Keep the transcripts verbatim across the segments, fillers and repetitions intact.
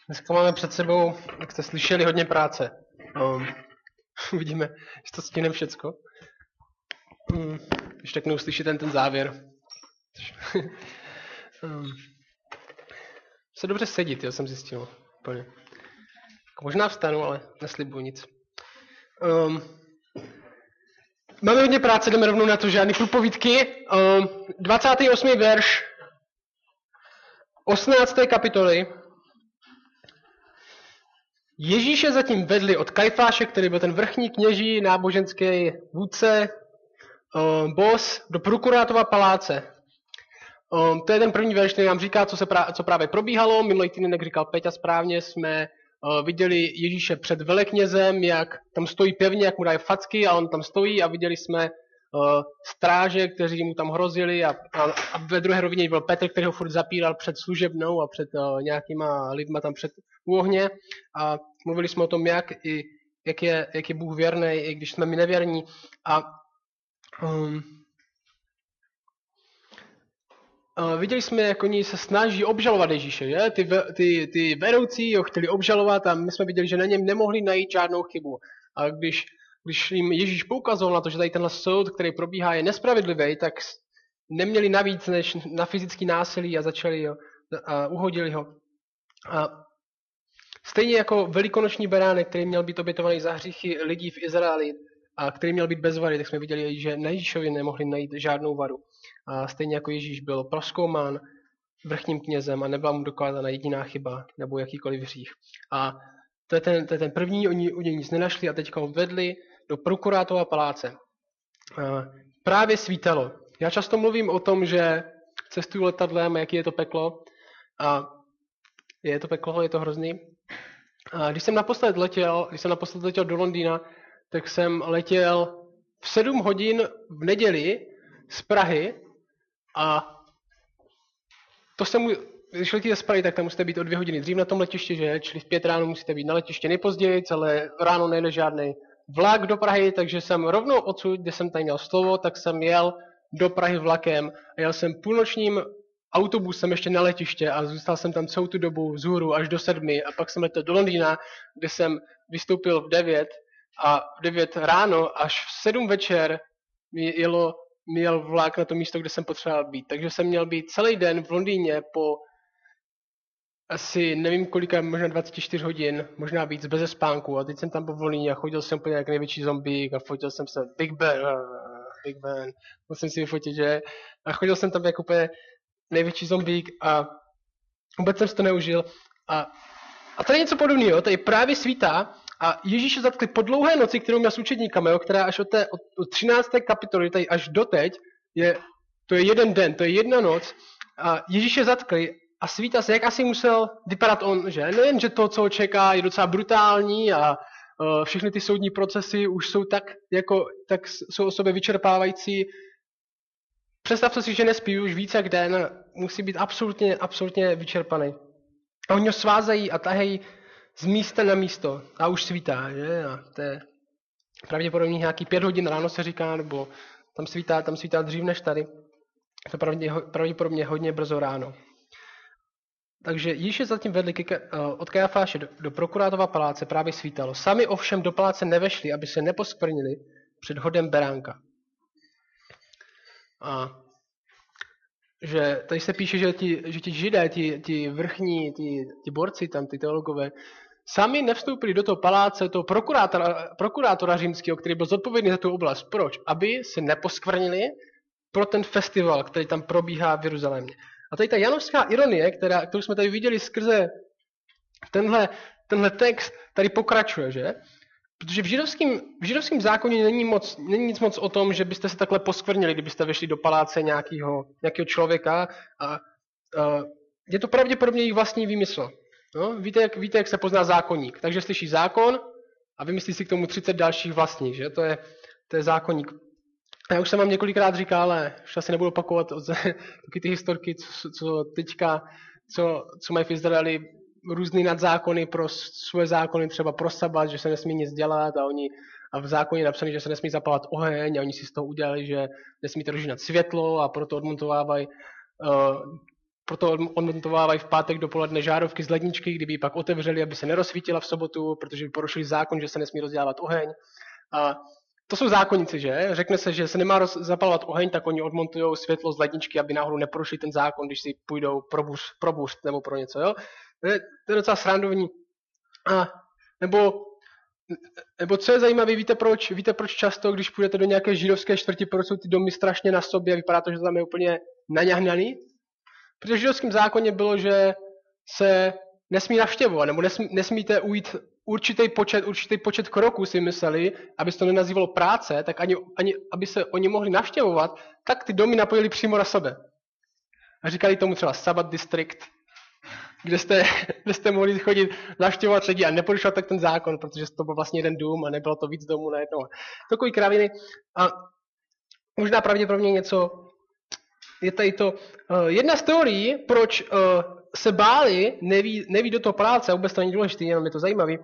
Dneska máme před sebou, jak jste slyšeli, hodně práce. Um, uvidíme, že to stihne všecko. Um, když tak neuslyší ten, ten závěr. um, se dobře sedit, já jsem zjistil. Úplně. Možná vstanu, ale neslibuju nic. Um, máme hodně práce, jdeme rovnou na to, žádný průpovídky. Um, dvacátý osmý verš osmnácté kapitoly. Ježíše zatím vedli od Kajfáše, který byl ten vrchní kněží, náboženský vůdce, um, boss, do prokurátora paláce. Um, to je ten první verš, který nám říká, co, se prá- co právě probíhalo. Minulý týden, jak říkal Peťa správně, jsme uh, viděli Ježíše před veleknězem, jak tam stojí pevně, jak mu dají facky a on tam stojí a viděli jsme uh, stráže, kteří mu tam hrozili a, a, a ve druhé rovině byl Petr, který ho furt zapíral před služebnou a před uh, nějakýma lidma tam před u ohně a mluvili jsme o tom, jak, i, jak, je, jak je Bůh věrný, i když jsme my nevěrní. A um, uh, viděli jsme, jak oni se snaží obžalovat Ježíše, že? Ty, ty, ty vedoucí ho chtěli obžalovat a my jsme viděli, že na něm nemohli najít žádnou chybu. A když, když jim Ježíš poukazoval na to, že tady tenhle soud, který probíhá, je nespravedlivý, tak neměli navíc než na fyzický násilí a začali ho, a uhodili ho. A stejně jako velikonoční beránek, který měl být obětovaný za hříchy lidí v Izraeli a který měl být bez vady, tak jsme viděli, že na Ježíšovi nemohli najít žádnou vadu. A stejně jako Ježíš byl prozkoumán vrchním knězem a nebyla mu dokázána jediná chyba nebo jakýkoliv hřích. A to je ten, to je ten první, oni u něj nic nenašli a teďka ho vedli do prokurátora paláce. A právě svítalo. Já často mluvím o tom, že cestuju letadlem, jaký je to peklo. A je to peklo, je to hrozný. A když jsem naposled letěl, když jsem naposled letěl do Londýna, tak jsem letěl v sedm hodin v neděli z Prahy a to se mu, když letíte z Prahy, tak tam musíte být o dvě hodiny dřív na tom letišti, že? Čili v pět ráno musíte být na letiště nejpozději, ale ráno nejde žádný vlak do Prahy, takže jsem rovnou odsud, kde jsem tady měl slovo, tak jsem jel do Prahy vlakem a jel jsem půlnočním autobusem ještě na letiště a zůstal jsem tam celou tu dobu vzhůru až do sedmi a pak jsem letěl do Londýna, kde jsem vystoupil v devět a v devět ráno až v sedm večer mi jelo mi jel vlak na to místo, kde jsem potřeboval být. Takže jsem měl být celý den v Londýně po asi nevím kolika, možná dvacet čtyři hodin, možná víc, bez spánku. A teď jsem tam byl v Londýně a chodil jsem úplně jak největší zombík a fotil jsem se Big Ben, Big Ben, musím si vyfotit, že? A chodil jsem tam jako úplně největší zombík a vůbec jsem si to neužil. A, a tady je něco podobného, tady právě svítá a Ježíše zatkli po dlouhé noci, kterou měl s učedníkami, jo, která až od, té, od, od třinácté kapitoly, tady až doteď, je, to je jeden den, to je jedna noc a Ježíše zatkli a svítá se, jak asi musel vypadat on, že? Nejen, že to, co ho čeká, je docela brutální a uh, všechny ty soudní procesy už jsou tak, jako, tak jsou o sobě vyčerpávající. Představte si, že nespí už více jak den, musí být absolutně, absolutně vyčerpaný. A oni ho svázají a tahají z místa na místo a už svítá, že? A to je pravděpodobně nějaký pět hodin ráno se říká, nebo tam svítá, tam svítá dřív než tady. To pravděpodobně hodně brzo ráno. Takže Ježíš zatím vedli od Kajafáše do, do prokurátora paláce, právě svítalo. Sami ovšem do paláce nevešli, aby se neposkvrnili před hodem beránka. A že tady se píše, že ti, že ti židé, ti, ti vrchní, ti, ti borci tam, ty teologové, sami nevstoupili do toho paláce, toho prokurátora, prokurátora římského, který byl zodpovědný za tu oblast. Proč? Aby se neposkvrnili pro ten festival, který tam probíhá v Jeruzalémě. A tady ta janovská ironie, která, kterou jsme tady viděli skrze tenhle, tenhle text, tady pokračuje, že? Protože v židovském, v židovském zákoně není, moc, není nic moc o tom, že byste se takhle poskvrnili, kdybyste vešli do paláce nějakého, nějakého člověka. A, a je to pravděpodobně jejich vlastní výmysl. No? Víte, jak, víte, jak se pozná zákonník. Takže slyší zákon a vymyslí si k tomu třicet dalších vlastních. Že? To, je, to je zákonník. Já už jsem vám několikrát říkal, ale už asi nebudu opakovat taky ty historky, co, co teďka, co, co mají v Izraeli různý nadzákony pro svoje zákony, třeba pro sabat, že se nesmí nic dělat a oni a v zákoně je napsané, že se nesmí zapálat oheň a oni si z toho udělali, že nesmíte rozžínat světlo a proto odmontovávají uh, proto odmontovávají v pátek dopoledne žárovky z ledničky, kdyby ji pak otevřeli, aby se nerozsvítila v sobotu, protože by porušili zákon, že se nesmí rozdělávat oheň. A to jsou zákonníci, že? Řekne se, že se nemá roz, zapalovat oheň, tak oni odmontují světlo z ledničky, aby náhodou neporušili ten zákon, když si půjdou pro, buř, pro buřt nebo pro něco. Jo? To, je, to je docela srandovní. A, nebo, nebo co je zajímavé, víte proč? Víte proč často, když půjdete do nějaké židovské čtvrti, proč jsou ty domy strašně na sobě a vypadá to, že tam je úplně naňahnaný? Protože v židovském zákoně bylo, že se nesmí navštěvovat, nebo nesmí, nesmíte ujít určitý počet, určitý počet kroků, si mysleli, aby se to nenazývalo práce, tak ani, ani aby se oni mohli navštěvovat, tak ty domy napojili přímo na sebe. A říkali tomu třeba Sabbath District, kde jste, kde jste mohli chodit navštěvovat lidi a neporušovat tak ten zákon, protože to byl vlastně jeden dům a nebylo to víc domů najednou. Takový kraviny. A možná pravděpodobně něco, je tady to, uh, jedna z teorií, proč uh, se báli, neví, neví do toho práce, a vůbec to není důležité, jenom je to zajímavé,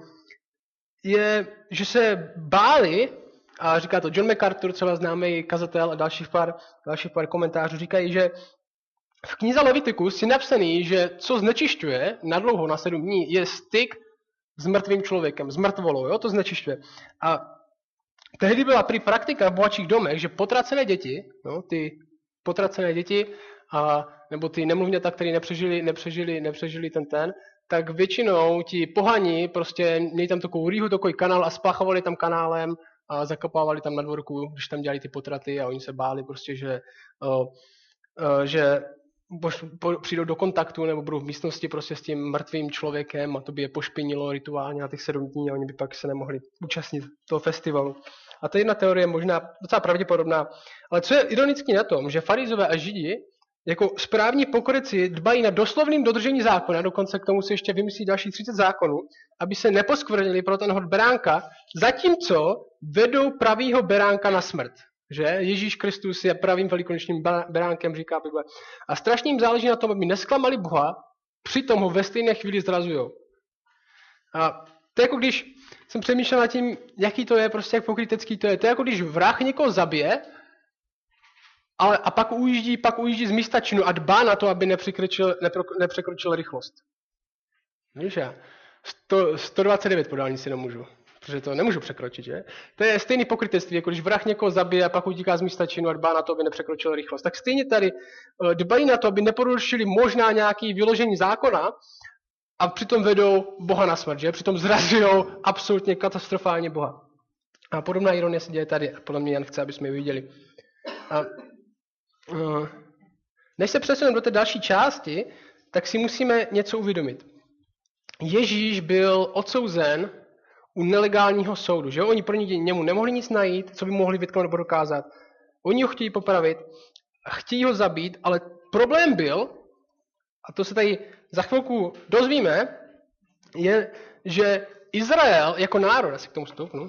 je, že se báli, a říká to John MacArthur, třeba známý kazatel a dalších pár, dalších pár komentářů, říkají, že v knize Levitikus je napsaný, že co znečišťuje na dlouho, na sedm dní, je styk s mrtvým člověkem, s mrtvolou, jo, to znečišťuje. A tehdy byla prý praktika v bohatších domech, že potracené děti, no, ty potracené děti, a, nebo ty nemluvňata, který nepřežili, nepřežili, nepřežili ten ten, tak většinou ti pohani prostě měli tam takovou rýhu, takový kanál a spláchovali tam kanálem a zakopávali tam na dvorku, když tam dělali ty potraty a oni se báli prostě, že, o, o, že přijdou do kontaktu nebo budou v místnosti prostě s tím mrtvým člověkem a to by je pošpinilo rituálně na těch sedm dní a oni by pak se nemohli účastnit toho festivalu. A to je jedna teorie možná docela pravděpodobná. Ale co je ironické na tom, že farizové a židi jako správní pokrytci dbají na doslovným dodržení zákona, dokonce k tomu si ještě vymyslí dalších třicet zákonů, aby se neposkvrnili pro ten hod beránka, zatímco vedou pravýho beránka na smrt. Že Ježíš Kristus je pravým velikonočním beránkem, říká Bible. A strašně jim záleží na tom, aby nesklamali Boha, přitom ho ve stejné chvíli zrazujou. A to je jako když jsem přemýšlel nad tím, jaký to je, prostě jak pokrytecký to je. To je jako když vrah někoho zabije, ale a pak ujíždí, pak ujíždí z místa činu a dbá na to, aby nepřekročil, nepro, nepřekročil rychlost. Víš, já sto, sto dvacet devět po dálnici nemůžu, protože to nemůžu překročit, že? To je stejný pokrytectví, jako když vrah někoho zabije a pak utíká z místa činu a dbá na to, aby nepřekročil rychlost. Tak stejně tady dbají na to, aby neporušili možná nějaký vyložení zákona a přitom vedou Boha na smrt, že? Přitom zrazujou absolutně katastrofálně Boha. A podobná ironie se děje tady a podle mě Jan chce, aby jsme ji viděli. A než se přesuneme do té další části, tak si musíme něco uvědomit. Ježíš byl odsouzen u nelegálního soudu, že oni pro němu nemohli nic najít, co by mohli vytknout nebo dokázat. Oni ho chtějí popravit, chtějí ho zabít, ale problém byl, a to se tady za chvilku dozvíme, je, že Izrael jako národ, asi k tomu stoupnu,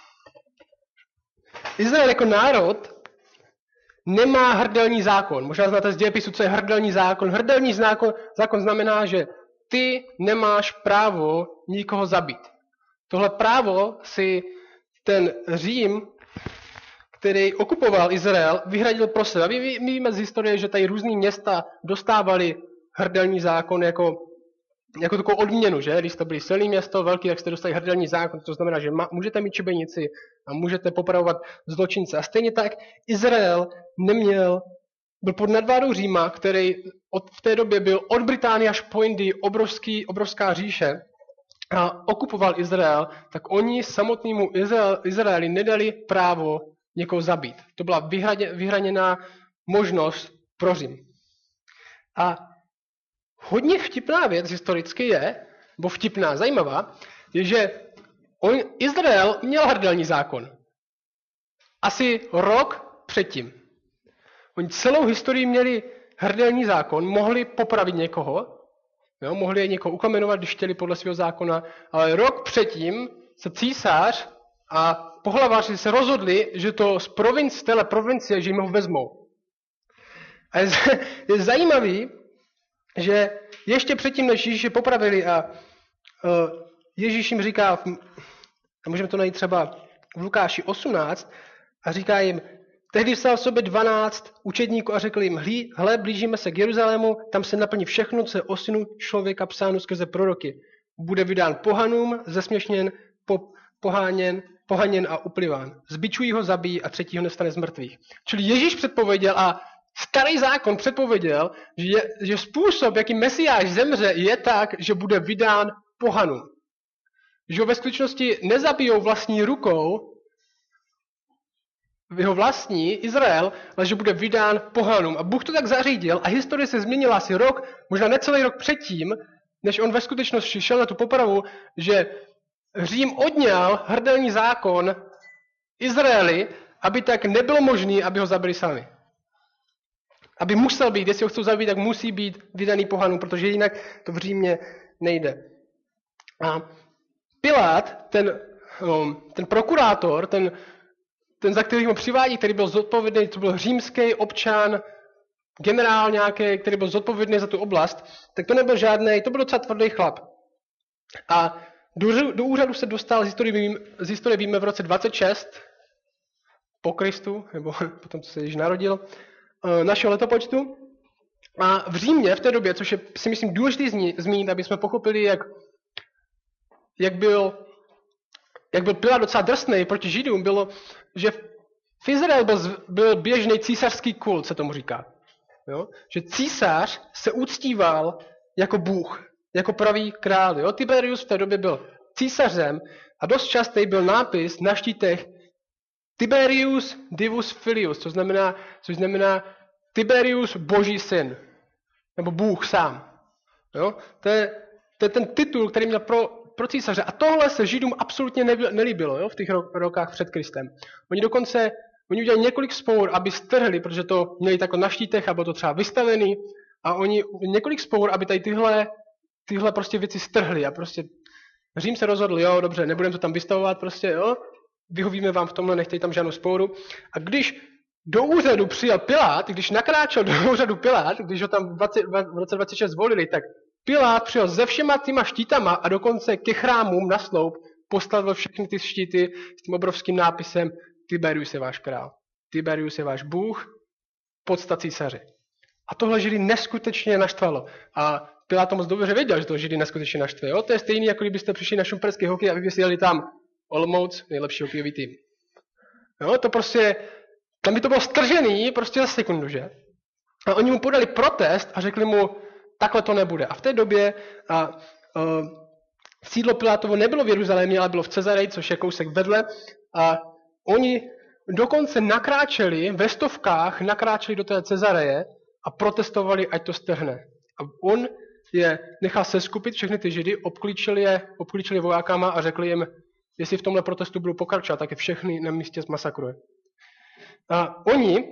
Izrael jako národ nemá hrdelní zákon. Možná znáte z dějepisu, co je hrdelní zákon. Hrdelní zákon, zákon znamená, že ty nemáš právo nikoho zabít. Tohle právo si ten Řím, který okupoval Izrael, vyhradil pro sebe. My víme z historie, že tady různý města dostávali hrdelní zákon jako, jako takovou odměnu, že? Když to byly silné město, velký, tak jste dostali hrdelní zákon, to znamená, že ma, můžete mít čibenici a můžete popravovat zločince. A stejně tak Izrael neměl, byl pod nadvládou Říma, který od, v té době byl od Británie až po Indii obrovský, obrovská říše a okupoval Izrael, tak oni samotnému Izrael, Izraeli nedali právo někoho zabít. To byla vyhradě, vyhraněná možnost pro Řím. A hodně vtipná věc historicky je, nebo vtipná, zajímavá, je, že on, Izrael měl hrdelní zákon. Asi rok předtím. Oni celou historii měli hrdelní zákon, mohli popravit někoho, jo, mohli je někoho ukamenovat, když chtěli podle svého zákona, ale rok předtím se císař a pohlaváři se rozhodli, že to z provincie, z téhle provincie, že jim ho vezmou. A je, je zajímavý, že ještě předtím, než Ježíše popravili a uh, Ježíš jim říká, a můžeme to najít třeba v Lukáši osmnáct, a říká jim, Tehdy vzal v sobě dvanáct učedníků a řekl jim, Hlí, hle, blížíme se k Jeruzalému, tam se naplní všechno, co je o synu člověka psáno skrze proroky. Bude vydán pohanům, zesměšněn, po, poháněn, pohaněn a upliván. Zbičují ho, zabijí a třetího nevstane z mrtvých. Čili Ježíš předpověděl a starý zákon předpověděl, že, je, že způsob, jaký Mesiáš zemře, je tak, že bude vydán pohanům. Že ho ve skutečnosti nezabijou vlastní rukou, v jeho vlastní Izrael, ale že bude vydán pohanům. A Bůh to tak zařídil a historie se změnila asi rok, možná necelý rok předtím, než on ve skutečnosti šel na tu popravu, že Řím odňal hrdelní zákon Izraeli, aby tak nebylo možné, aby ho zabili sami. Aby musel být, jestli ho chcou zabít, tak musí být vydaný pohanům, protože jinak to v Římě nejde. A Pilát, ten, ten prokurátor, ten, ten, za kterým ho přivádí, který byl zodpovědný, to byl římský občan, generál nějaký, který byl zodpovědný za tu oblast, tak to nebyl žádný, to byl docela tvrdý chlap. A do, do úřadu se dostal, z historie, víme, z historie víme v roce dvacet šest po Kristu, nebo potom, co se Ježíš narodil, našeho letopočtu. A v Římě v té době, což je si myslím důležité zmínit, aby jsme pochopili, jak, jak byl jak byl Pilát docela drsný proti Židům, bylo, že v Izraeli byl, byl běžný císařský kult, se tomu říká. Jo? Že císař se uctíval jako Bůh, jako pravý král. Jo? Tiberius v té době byl císařem a dost častý byl nápis na štítech Tiberius Divus Filius, což znamená, což znamená Tiberius Boží syn, nebo Bůh sám. Jo? To, je, to je ten titul, který měl pro, pro císaře. A tohle se Židům absolutně nelíbilo, jo? V těch rokách před Kristem. Oni dokonce oni udělali několik spour, aby strhli, protože to měli takhle na štítech a bylo to třeba vystavený. A oni několik spour, aby tady tyhle, tyhle prostě věci strhli. A prostě Řím se rozhodl, jo, dobře, nebudeme to tam vystavovat, prostě, jo, vyhovíme vám v tomhle, nechtějí tam žádnou spouru. A když do úřadu přijel Pilát, když nakráčel do úřadu Pilát, když ho tam v, dvacet, v roce dvacet šest zvolili, tak Pilát přijel se všema těma štítama a dokonce ke chrámům na sloup postavil všechny ty štíty s tím obrovským nápisem Tiberius je váš král, Tiberius je váš Bůh, podsta císaři. A tohle Židy neskutečně naštvalo. A Pilát to moc dobře věděl, že to Židy neskutečně naštve. Jo? To je stejný, jako kdybyste přišli na šumperský hokej a vyvěsili tam Olomouc, nejlepší hokejový tým. Jo? To prostě, tam by to bylo stržený prostě za sekundu, že? A oni mu podali protest a řekli mu, takhle to nebude. A v té době a, a, sídlo Pilátovo nebylo v Jeruzalémě, ale bylo v Cezareji, což je kousek vedle. A oni dokonce nakráčeli, ve stovkách nakráčeli do té Cezareje a protestovali, ať to strhne. A on je nechal seskupit všechny ty Židy, obklíčili je, obklíčili vojákama a řekli jim, jestli v tomhle protestu budou pokračovat, tak je všechny na místě zmasakruje. A oni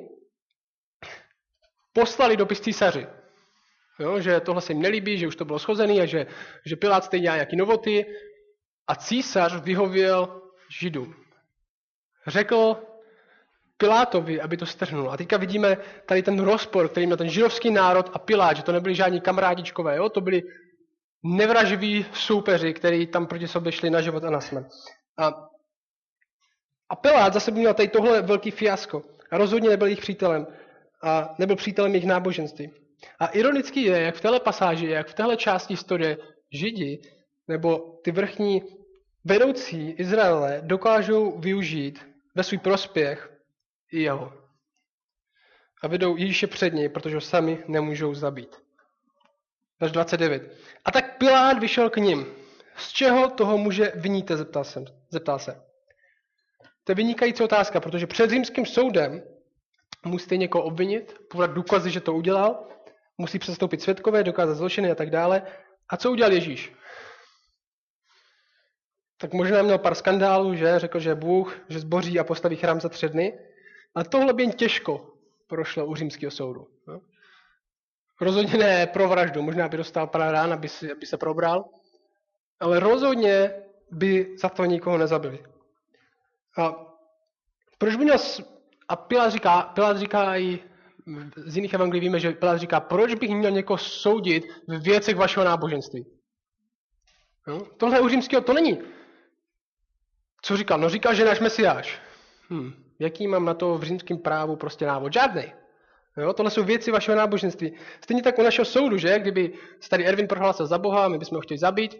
poslali dopis císaři, jo, že tohle se jim nelíbí, že už to bylo schozený a že, že Pilát stejně dělá nějaký novoty. A císař vyhověl Židům. Řekl Pilátovi, aby to strhnul. A teďka vidíme tady ten rozpor, který měl ten židovský národ a Pilát, že to nebyli žádní kamarádičkové, jo? To byli nevraživí soupeři, kteří tam proti sobě šli na život a na smrt. A, a Pilát zase měl tady tohle velký fiasko. A rozhodně nebyl jejich přítelem. A nebyl přítelem jejich náboženství. A ironický je, jak v téhle pasáži, jak v téhle části historie Židi, nebo ty vrchní vedoucí Izraele dokážou využít ve svůj prospěch i jeho. A vedou Ježíše před něj, protože ho sami nemůžou zabít. Verš dvacet devět. A tak Pilát vyšel k nim. Z čeho toho muže viníte, zeptal, jsem, zeptal se. To je vynikající otázka, protože před římským soudem musíte někoho obvinit, podat důkazy, že to udělal, musí přestoupit svědkové, dokázat zločiny a tak dále. A co udělal Ježíš? Tak možná měl pár skandálů, že řekl, že Bůh, že zboří a postaví chrám za tři dny. A tohle by jen těžko prošlo u římského soudu. No? Rozhodně ne pro vraždu, možná by dostal pár rán, aby, si, aby se probral, ale rozhodně by za to nikoho nezabili. A proč by měl... A Pilát říká, Pilát říká i z jiných evangelií víme, že Pilát říká, proč bych měl někoho soudit v věcech vašeho náboženství? No? Tohle u římského to není. Co říkal? No říkal, že náš Mesiáš. Hm. Jaký mám na to v římském právu prostě návod? Žádnej. Jo, tohle jsou věci vašeho náboženství. Stejně tak u našeho soudu, že? Kdyby se tady Ervin prohlásil za Boha, my bychom ho chtěli zabít.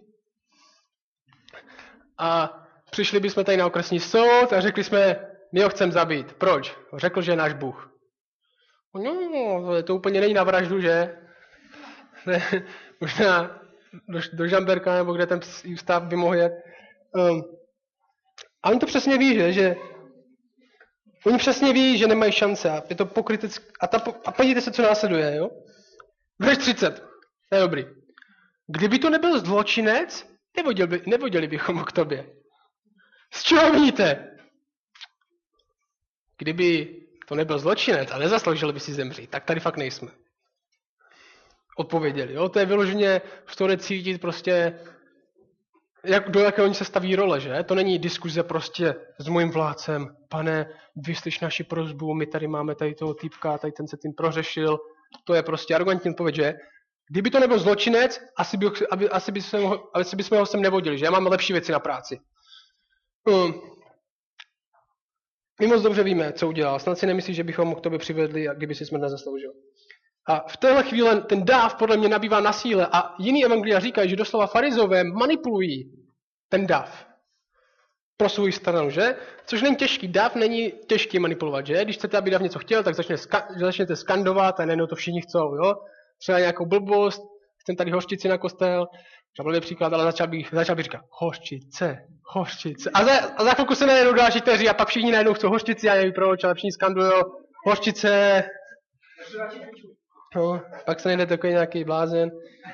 A přišli bychom tady na okresní soud a řekli jsme, my ho chceme zabít. Proč? Řekl, že je náš Bůh. No, to úplně není na vraždu, že? Ne, možná do, do Žamberka, nebo kde ten ústav by mohl jet. Um, a oni to přesně ví, že? že oni přesně ví, že nemají šance. A je to pokrytecké. A, ta, a podívejte se, co následuje, jo? Verš třicet. To je dobrý. Kdyby to nebyl zločinec, nevodil by, nevodili bychom ho k tobě. Z čeho víte? Kdyby to nebyl zločinec a nezasloužil by si zemřít, tak tady fakt nejsme. Odpověděli, jo? To je vyloženě, že to jde cítit prostě, jak, do jaké oni se staví role, že? To není diskuze prostě s mojím vládcem, pane, vyslyš naši prosbu, my tady máme tady toho týpka, tady ten se tím prořešil. To je prostě arrogantní odpověď, že? Kdyby to nebyl zločinec, asi, by, aby, asi, bychom, ho, asi bychom ho sem nevodili, že? Máme lepší věci na práci. Um, my moc dobře víme, co udělal. Snad si nemyslíš, že bychom ho k tobě přivedli, kdyby si smrt nezasloužil. A v téhle chvíli ten dáv podle mě nabývá na síle a jiný evangelia říkají, že doslova farizové manipulují ten dáv pro svou stranu, že? Což není těžký. Dáv není těžký manipulovat, že? Když chcete, aby dáv něco chtěl, tak začne ska- začnete skandovat a najednou to všichni chcou, jo? Třeba nějakou blbost, chcem tady hořčici na kostel, to byl příklad, ale začal bych, začal bych říkat hořčice, hořčice. A za, a za chvilku se najednou další teří a pak všichni najednou chcou hořčici, já nevím proč, ale všichni skandujou hořčice. No, pak se najde takový nějaký blázen.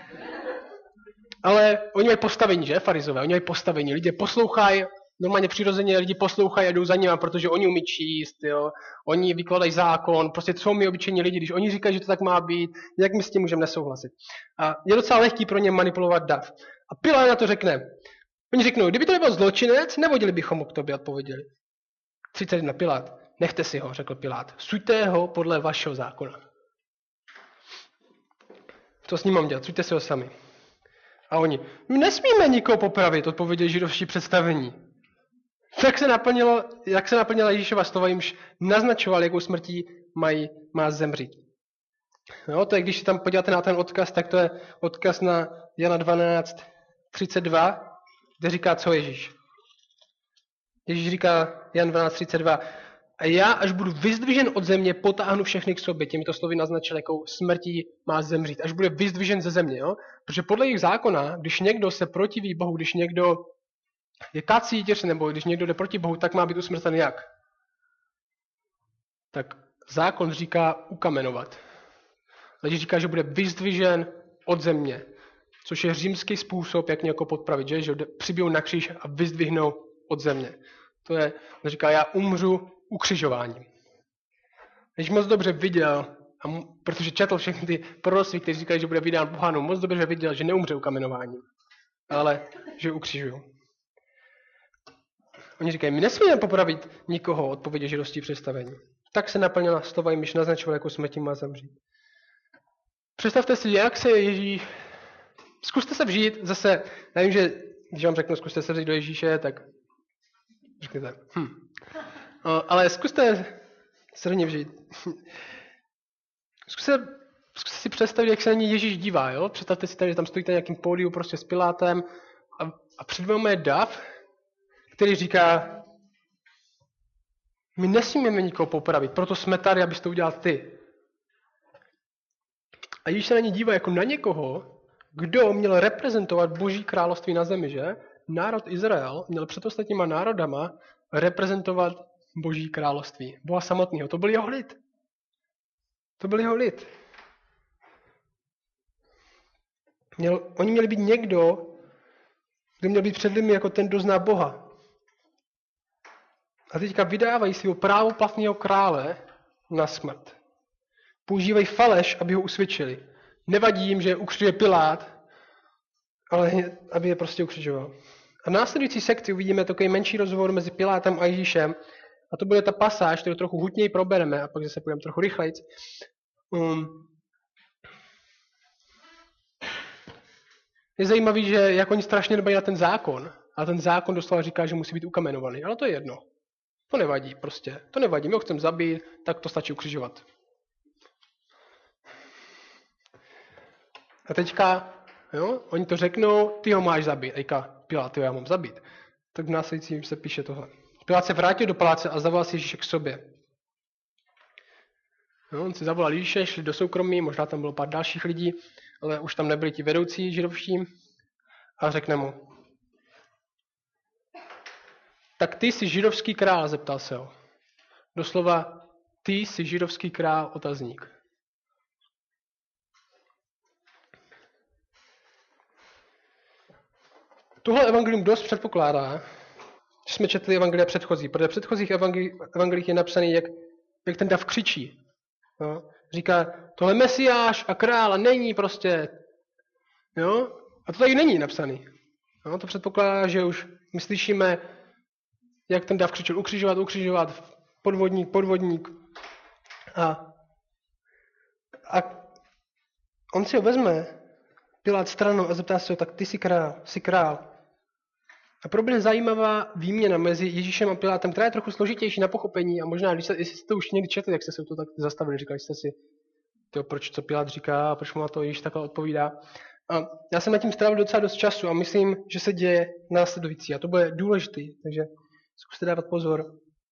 Ale oni mají postavení, že, farizové? Oni mají postavení. Lidi poslouchají, normálně přirozeně lidi poslouchají a jdou za nimi, protože oni umí číst, jo. Oni vykladají zákon, prostě co my obyčejní lidi, když oni říkají, že to tak má být, jak my s tím můžeme nesouhlasit. A je docela lehký pro ně manipulovat dav. A Pilát na to řekne. Oni řeknou, kdyby to nebyl zločinec, nevodili bychom ho k tobě, odpověděli. třicet jedna Pilát. Nechte si ho, řekl Pilát. Suďte ho podle vašeho zákona. Co s ním mám dělat? Suďte si ho sami. A oni, my nesmíme nikoho popravit, odpověděli židovští představení. Tak se naplnilo, jak se naplnila Ježíšova slova, jimž naznačoval, jakou smrtí mají, má zemřít. No, to je, když si tam podíváte na ten odkaz, tak to je odkaz na Jana dvanáct třicet dva, kde říká, co Ježíš. Ježíš říká, Jan dvanáct třicet dva, a já, až budu vyzdvižen od země, potáhnu všechny k sobě. Těmito slovy naznačil, jakou smrtí má zemřít. Až bude vyzdvižen ze země. Jo? Protože podle jejich zákona, když někdo se protiví Bohu, když někdo je kacítěř, nebo když někdo jde proti Bohu, tak má být usmrten jak? Tak zákon říká ukamenovat. Ježíš říká, že bude vyzdvižen od země. Což je římský způsob, jak někoho podpravit. Že, že přibijou na kříž a vyzdvihnou od země. To je, on říká, já umřu ukřižováním. Když moc dobře viděl, a m, protože četl všechny ty proroctví, kteří říkají, že bude vydán pohanům, moc dobře viděl, že neumře ukamenováním, ale že ukřižují. Oni říkají, my nesmíme popravit nikoho, odpovědě židovští představení. Tak se naplnila slova, jimž naznačoval, jakou smrtí má zemřít. Představte si, jak se Ježíš... Zkuste se vžít, zase, já vím, že když vám řeknu, zkuste se vžít do Ježíše, tak řekněte, hm. No, ale zkuste se do něj vžít. Zkuste, zkuste si představit, jak se na něj Ježíš dívá, jo? Představte si tady, že tam stojíte na nějakým pódiu prostě s Pilátem a, a před vámi je dav, který říká, my nesmíme nikoho popravit, proto jsme tady, abys to udělal ty. A Ježíš se na něj dívá jako na někoho, kdo měl reprezentovat Boží království na zemi, že? Národ Izrael měl před ostatníma národama reprezentovat Boží království. Boha samotného. To byl jeho lid. To byl jeho lid. Měl, oni měli být někdo, kdo měl být před lidmi jako ten, kdo zná Boha. A teďka vydávají svého právoplatného krále na smrt. Používají faleš, aby ho usvědčili. Nevadí jim, že ukřižuje Pilát, ale aby je prostě ukřižoval. A v následující sekci uvidíme takový menší rozhovor mezi Pilátem a Ježíšem. A to bude ta pasáž, kterou trochu hutněji probereme, a pak zase půjdeme trochu rychlejc. Um, je zajímavý, že jak oni strašně dbají na ten zákon, a ten zákon doslova říká, že musí být ukamenovaný, ale to je jedno. To nevadí prostě. To nevadí. My ho chceme zabít, tak to stačí ukřižovat. A teďka, jo, oni to řeknou, ty ho máš zabít. Ejka, Pilát, ty ho já mám zabít. Tak v následujícím se píše tohle. Pilát se vrátil do paláce a zavolal si Ježíše k sobě. Jo, on si zavolal Ježíše, šli do soukromí, možná tam bylo pár dalších lidí, ale už tam nebyli ti vedoucí židovští. A řekne mu, tak ty jsi židovský král, zeptal se ho. Doslova, ty jsi židovský král, otazník. Tohle evangelium dost předpokládá, že jsme četli evangelia předchozí, protože v předchozích evangelích je napsaný, jak, jak ten dav křičí. Jo? Říká, tohle mesiáš a král a není prostě. Jo? A to tady není napsaný. Jo? To předpokládá, že už my slyšíme, jak ten dav křičil, ukřižovat, ukřižovat, podvodník, podvodník. A, a on si ho vezme, Pilát stranou a zeptá se ho, tak ty jsi král, jsi král. A proběhne zajímavá výměna mezi Ježíšem a Pilátem, která je trochu složitější na pochopení a možná, když se, jestli jste to už někdy četli, jak jste se to tak zastavili, říkali jste si, tyjo, proč to Pilát říká a proč mu na to Ježíš takhle odpovídá. A já jsem nad tím strávil docela dost času a myslím, že se děje následující a to bude důležitý, takže zkuste dávat pozor.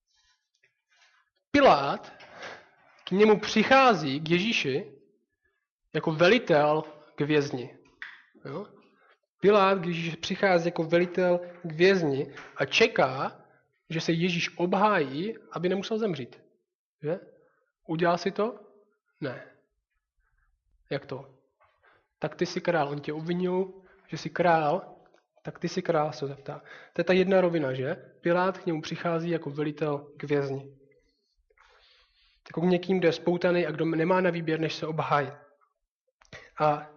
Pilát k němu přichází, k Ježíši, jako velitel k vězni. Jo? Pilát, když přichází jako velitel k vězni a čeká, že se Ježíš obhájí, aby nemusel zemřít. Že? Udělal si to? Ne. Jak to? Tak ty jsi král. On tě obvinil, že jsi král, tak ty jsi král, se zeptá. To je ta jedna rovina, že? Pilát k němu přichází jako velitel k vězni. Jako k někým, kdo je spoutaný a kdo nemá na výběr, než se obhájit. A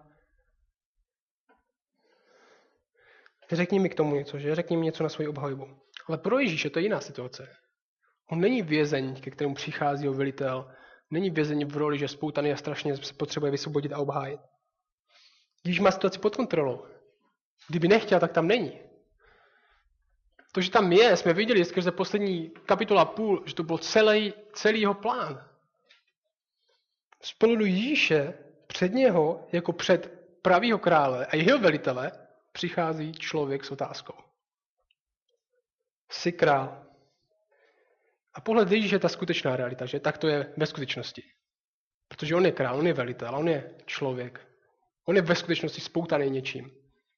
řekni mi k tomu něco, že? Řekni mi něco na svoji obhajobu. Ale pro Ježíše to je jiná situace. On není vězeň, ke kterému přichází ho velitel. Není vězeň v roli, že je spoutaný a strašně se potřebuje vysvobodit a obhájit. Ježíš má situaci pod kontrolou. Kdyby nechtěl, tak tam není. To, že tam je, jsme viděli skrze poslední kapitola půl, že to byl celý, celý jeho plán. Z pohledu Ježíše před něho, jako před pravýho krále a jeho velitele, přichází člověk s otázkou. Jsi král. A pohled Ježíše je ta skutečná realita, že tak to je ve skutečnosti. Protože on je král, on je velitel, on je člověk. On je ve skutečnosti spoutaný něčím.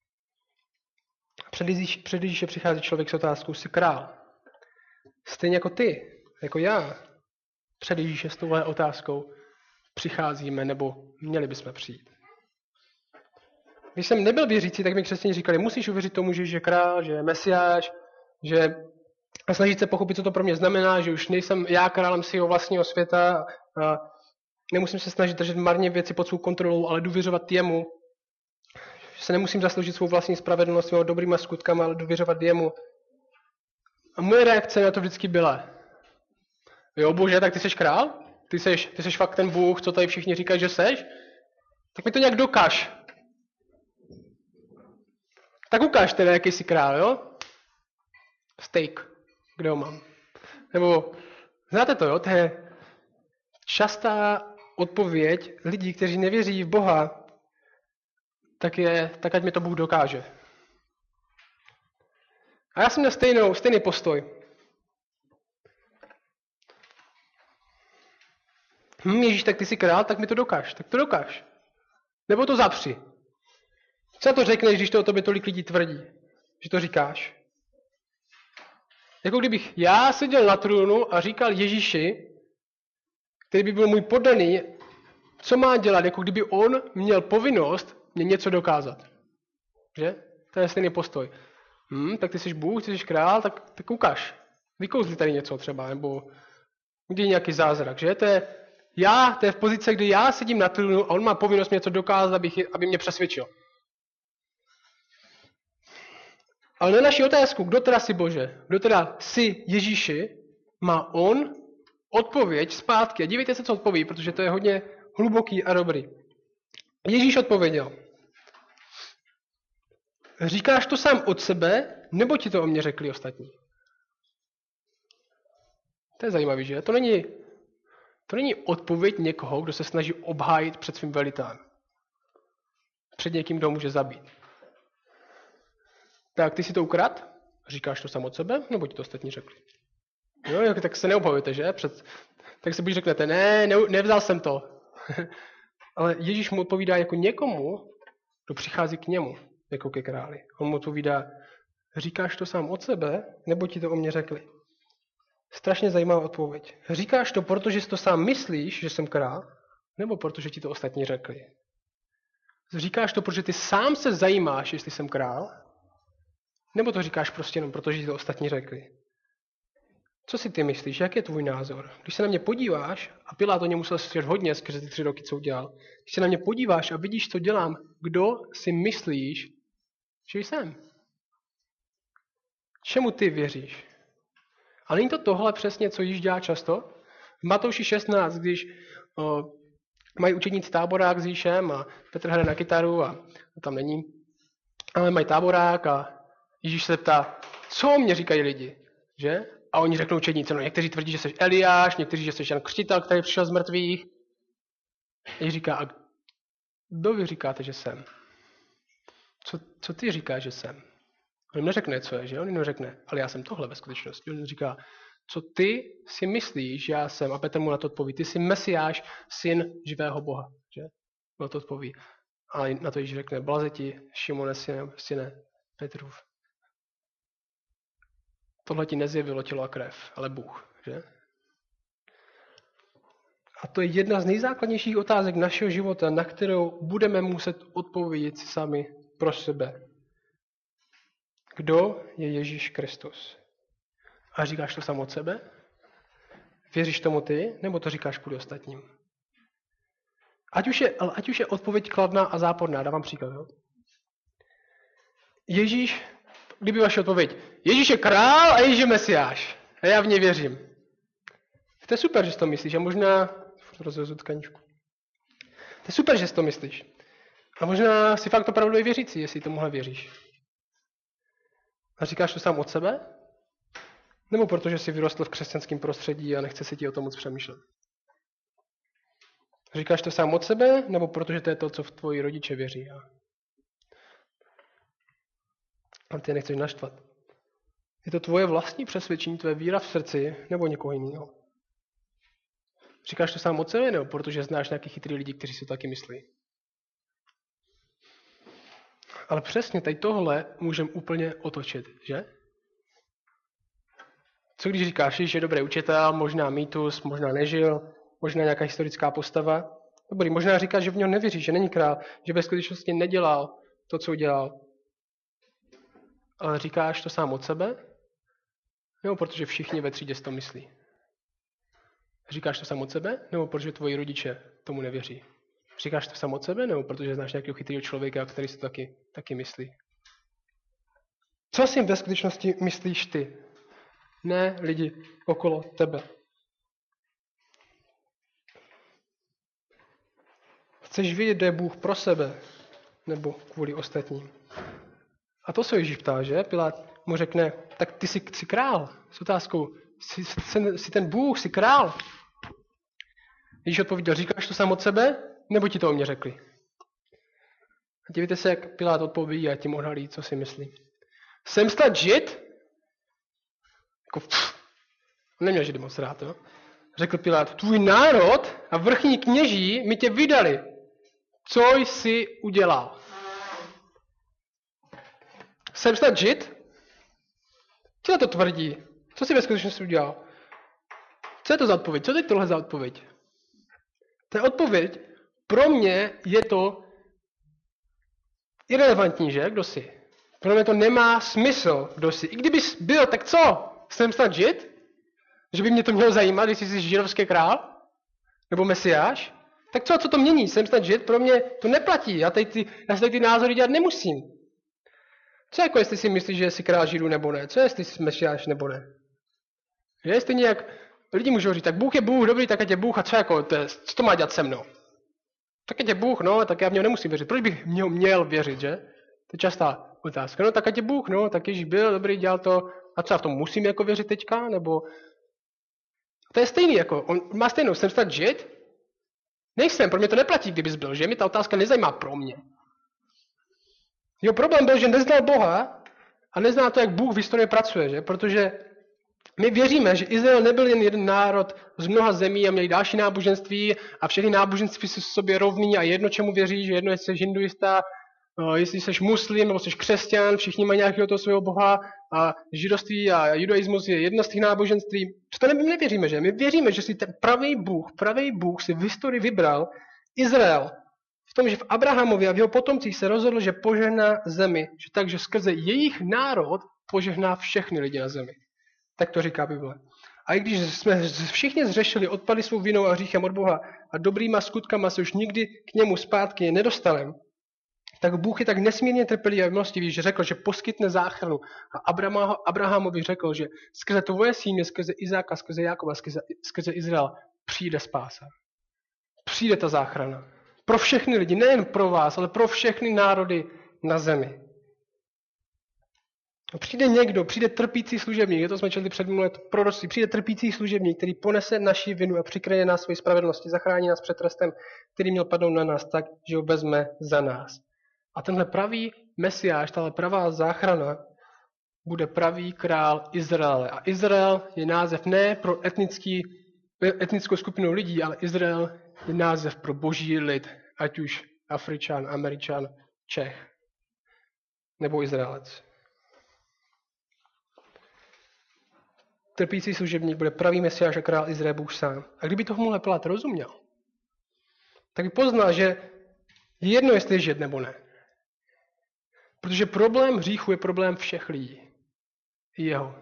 Před Ježíše, před Ježíše přichází člověk s otázkou, jsi král. Stejně jako ty, jako já. Před Ježíše s touhle otázkou přicházíme, nebo měli bychom přijít. Když jsem nebyl věřící, tak mi křesťané říkali, musíš uvěřit tomu, že je král, že je mesiáš, že a snažit se pochopit, co to pro mě znamená, že už nejsem já králem svého vlastního světa a nemusím se snažit držet marně věci pod svou kontrolou, ale důvěřovat jemu. Že se nemusím zasloužit svou vlastní spravedlnost svými dobrýma skutkama, ale důvěřovat jemu. A moje reakce na to vždycky byla, jo bože, tak ty seš král? Ty seš, ty seš fakt ten Bůh, co tady všichni říkají, že seš? Tak mi to nějak dokaž. Tak ukáž teda, jaký jsi král, jo? Steak. Kde ho mám? Nebo, znáte to, jo? To je častá odpověď lidí, kteří nevěří v Boha, tak, je, tak ať mi to Bůh dokáže. A já jsem měl stejnou, stejný postoj. Hm, Ježíš, tak ty jsi král, tak mi to dokáž. Tak to dokáž. Nebo to zapři. Co to řekneš, když to o tobě tolik lidí tvrdí? Že to říkáš? Jako kdybych já seděl na trůnu a říkal Ježíši, který by byl můj poddaný, co má dělat, jako kdyby on měl povinnost mě něco dokázat. Že? To je stejný postoj. Hm, tak ty jsi Bůh, ty jsi král, tak, tak ukaž. Vykouzli tady něco třeba, nebo udělej nějaký zázrak. Že? To je, já, to je v pozici, kdy já sedím na trůnu a on má povinnost mě něco dokázat, abych, aby mě přesvědčil. Ale na naši otázku, kdo teda jsi Bože, kdo teda jsi Ježíši, má on odpověď zpátky. A dívejte se, co odpoví, protože to je hodně hluboký a dobrý. Ježíš odpověděl. Říkáš to sám od sebe, nebo ti to o mě řekli ostatní? To je zajímavé, že? To není, to není odpověď někoho, kdo se snaží obhájit před svým velitelem. Před někým, kdo může zabít. Tak ty si to ukrad? Říkáš to sám od sebe? Nebo ti to ostatní řekli? Jo, tak se neobhajujete, že? Před, tak si buď řeknete, ne, ne, nevzal jsem to. Ale Ježíš mu odpovídá jako někomu, kdo přichází k němu, jako ke králi. On mu odpovídá, říkáš to sám od sebe, nebo ti to o mě řekli? Strašně zajímavá odpověď. Říkáš to, protože si to sám myslíš, že jsem král, nebo protože ti to ostatní řekli? Říkáš to, protože ty sám se zajímáš, jestli jsem král, nebo to říkáš prostě jenom, protože ti to ostatní řekli? Co si ty myslíš? Jak je tvůj názor? Když se na mě podíváš, a Pilát o něm musel slyšet hodně skrze ty tři roky, co udělal, když se na mě podíváš a vidíš, co dělám, kdo si myslíš, že jsem? Čemu ty věříš? A není to tohle přesně, co Ježíš dělá často? V Matouši šestnáct, když o, mají učedníci táborák s Ježíšem a Petr hraje na kytaru a, a tam není, ale mají táborák a Ježíš se ptá, co mě říkají lidi, že? A oni řeknou učedníci, no někteří tvrdí, že jsi Eliáš, někteří, že jsi Jan Křtitel, který přišel z mrtvých. Ježíš říká, a kdo vy říkáte, že jsem? Co, co ty říkáš, že jsem? On jim neřekne, co je, že? On jim neřekne, ale já jsem tohle ve skutečnosti. On říká, co ty si myslíš, že já jsem? A Petr mu na to odpoví, ty jsi Mesiáš, syn živého Boha, že? Na to odpoví. A na to Ježíš řekne, blaze ti, Šimone, syne, syne Petrův. Tohle ti nezjevilo tělo a krev, ale Bůh, že? A to je jedna z nejzákladnějších otázek našeho života, na kterou budeme muset odpovědět sami pro sebe. Kdo je Ježíš Kristus? A říkáš to sám od sebe? Věříš tomu ty, nebo to říkáš kvůli ostatním? Ať už je, ať už je odpověď kladná a záporná, dávám příklad. Jo? Ježíš, kdyby vaše odpověď, Ježíš je král a Ježíš je Mesiáš. A já v něj věřím. To je super, že jsi to myslíš. A možná, rozvezu tkaničku. To je super, že jsi to myslíš. A možná si fakt opravdu i věřící, jestli tomuhle věříš. A říkáš to sám od sebe? Nebo protože jsi vyrostl v křesťanském prostředí a nechce si ti o tom moc přemýšlet? Říkáš to sám od sebe? Nebo protože to je to, co v tvoji rodiče věří? A ty je nechceš naštvat. Je to tvoje vlastní přesvědčení, tvoje víra v srdci, nebo někoho jiného? Říkáš to sám od sebe, nebo protože znáš nějaký chytrý lidi, kteří si to taky myslí? Ale přesně tady tohle můžeme úplně otočit, že? Co když říkáš, že je dobrý učitel, možná mýtus, možná nežil, možná nějaká historická postava? Dobrý, možná říkáš, že v něho nevěříš, že není král, že ve skutečnosti nedělal to, co udělal. Ale říkáš to sám od sebe? Nebo protože všichni ve třídě si to myslí? Říkáš to sám od sebe? Nebo protože tvoji rodiče tomu nevěří? Říkáš to sám od sebe? Nebo protože znáš nějakého chytrého člověka, který si to taky, taky myslí? Co si ve skutečnosti myslíš ty? Ne lidi okolo tebe. Chceš vědět, kde je Bůh pro sebe? Nebo kvůli ostatním? A to se Ježíš ptá, že? Pilát mu řekne, tak ty jsi, jsi král. S otázkou, jsi, jsi, jsi ten Bůh, jsi král. Ježíš odpověděl, říkáš to sám od sebe? Nebo ti to o mě řekli? A dívejte se, jak Pilát odpoví a tím odhalí, co si myslí. Jsem snad žid? Jako, pff, neměl židy moc rád, jo? Řekl Pilát, tvůj národ a vrchní kněží mi tě vydali. Co jsi udělal? Jsem snad žid? Co to tvrdí? Co jsi ve skutečnosti udělal? Co je to za odpověď? Co je tohle za odpověď? To je odpověď. Pro mě je to irelevantní, že? Kdo jsi? Pro mě to nemá smysl, kdo jsi. I kdybys byl, tak co? Jsem snad žid? Že by mě to mělo zajímat, jestli jsi židovský král? Nebo Mesiáš? Tak co, co to mění? Jsem snad žid? Pro mě to neplatí. Já, tady ty, já si tady ty názory dělat nemusím. Co jako jestli si myslíš, že jsi král židů nebo ne? Co jestli jsi Mesiáš nebo ne? Že stejně jak lidi můžou říct, tak Bůh je Bůh, dobrý, tak ať je Bůh a co jako, to je, co to má dělat se mnou? Tak ať je Bůh, no, tak já v něho nemusím věřit. Proč bych v něho měl věřit, že? To je častá otázka. No, tak ať je Bůh, no, tak Ježíš byl, dobrý, dělal to. A co já v tom musím jako věřit teďka? Nebo To je stejný, jako, on má stejnou, jsem snad žid? Nejsem, pro mě to neplatí, kdybys byl, že? Mě ta otázka nezajímá pro mě. Jeho problém byl, že neznal Boha a nezná to, jak Bůh v historii pracuje, že? Protože my věříme, že Izrael nebyl jen jeden národ z mnoha zemí a měli další náboženství a všechny náboženství jsou sobě rovný a jedno, čemu věří, že jedno, jestli jsi hinduista, jestli jsi muslim nebo jsi křesťan, všichni mají nějakého toho svého Boha a židovství a judaismus je jedno z těch náboženství. To my nevěříme, že? My věříme, že si ten pravý Bůh, pravý Bůh si v historii vybral Izrael v tom, že v Abrahamovi a v jeho potomcích se rozhodl, že požehná zemi, že takže skrze jejich národ požehná všechny lidi na zemi. Tak to říká Bible. A i když jsme všichni zřešili, odpadli svou vinou a hříchem od Boha a dobrýma skutkama se už nikdy k němu zpátky nedostalem, tak Bůh je tak nesmírně trpělivý a milostivý, že řekl, že poskytne záchranu. A Abrahamovi řekl, že skrze tvoje símě, skrze Izáka, skrze Jákoba, skrze, skrze Izrael přijde spása. Přijde ta záchrana. Pro všechny lidi, nejen pro vás, ale pro všechny národy na zemi. Přijde někdo, přijde trpící služebník, je to jsme četli před minulé proroctví, přijde trpící služebník, který ponese naši vinu a přikryje nás svoji spravedlnosti, zachrání nás před trestem, který měl padnout na nás tak, že ho vezme za nás. A tenhle pravý mesiáš, tahle pravá záchrana, bude pravý král Izraele. A Izrael je název ne pro etnický, etnickou skupinu lidí, ale Izrael je název pro boží lid, ať už Afričan, Američan, Čech nebo Izraelec. Trpící služebník bude pravý mesiáš a král Izrael Bůh sám. A kdyby tomuhle Pilát rozuměl, tak by poznal, že je jedno, jestli je žid nebo ne. Protože problém hříchu je problém všech lidí. I jeho.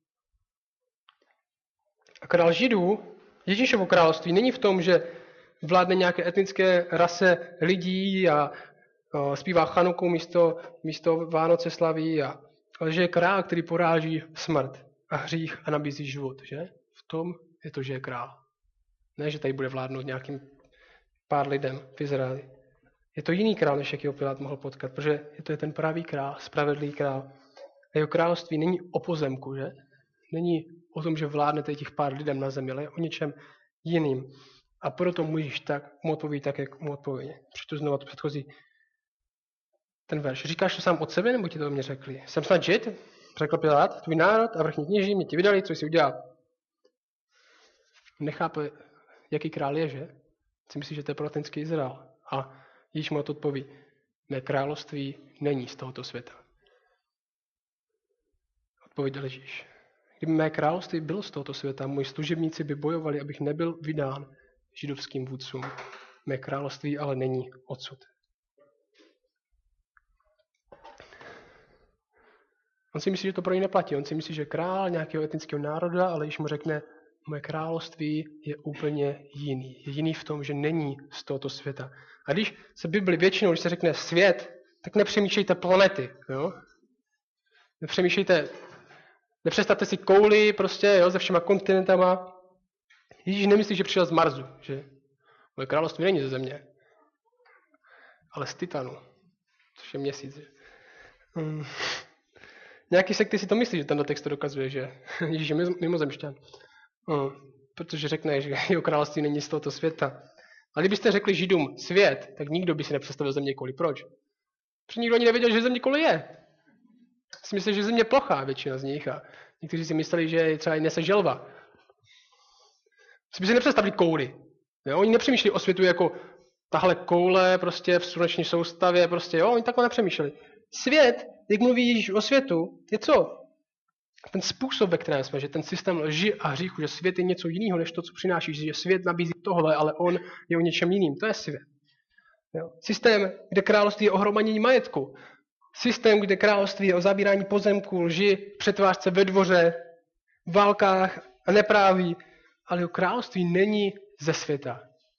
A král Židů, Ježíšovo království, není v tom, že vládne nějaké etnické rase lidí a o, zpívá Chanuku místo, místo Vánoce slaví, a, ale že je král, který poráží smrt a hřích a nabízí život. Že? V tom je to, že je král. Ne, že tady bude vládnout nějakým pár lidem v Izraeli. Je to jiný král, než jakýho Pilát mohl potkat, protože je to je ten pravý král, spravedlivý král. A jeho království není o pozemku, že? Není o tom, že vládne těch pár lidem na zemi, ale je o něčem jiným. A proto můžeš tak mu odpovědět tak, jak mu odpovědět. Přečtu znovu to předchozí ten verš. Říkáš to sám od sebe, nebo ti to mě řekli? Jsem snad žid? Řekl Pilát, tvůj národ a vrchní kněží mě ti vydali, co jsi udělal. Nechápe, jaký král je, že? Si myslíš, že to je protenský Izrael. A Ježíš mu odpoví, mé království není z tohoto světa. Odpověděl Ježíš. Kdyby mé království bylo z tohoto světa, moji služebníci by bojovali, abych nebyl vydán židovským vůdcům. Mé království ale není odsud. On si myslí, že to pro něj neplatí. On si myslí, že je král nějakého etnického národa, ale když mu řekne, moje království je úplně jiný. Je jiný v tom, že není z tohoto světa. A když se Bibli většinou, když se řekne svět, tak nepřemýšlejte planety. Jo? Nepřemýšlejte, nepředstavte si kouli prostě, jo, se všema kontinentama. Ježíš nemyslí, že přišel z Marsu. Že? Moje království není ze země, ale z Titanu, což je měsíc. Že? Hmm. Nějaký sekty si to myslí, že tento text to dokazuje, že Ježíš je mimozemšťan. Hmm. Protože řekne, že jeho království není z tohoto světa. A kdybyste řekli Židům svět, tak nikdo by si nepředstavil země kouli. Proč? Protože nikdo ani nevěděl, že země kouli je. Si myslí, že země je plochá, většina z nich. A někteří si mysleli, že třeba i nese želva. Si by si nepředstavili kouli. Jo? Oni nepřemýšleli o světu jako tahle koule prostě v sluneční soustavě. Prostě, jo? Oni takhle nepřemýšleli. Svět, jak mluví Ježíš o světu, je co? Ten způsob, ve kterém jsme, že ten systém lži a hříchu, že svět je něco jiného, než to, co přináší, že svět nabízí tohle, ale on je o něčem jiným. To je svět. Jo? Systém, kde království je o hromadění majetku. Systém, kde království je o zabírání pozemků, lži, přetvářce ve dvoře, v válkách a nepráví. Ale jeho království není ze světa.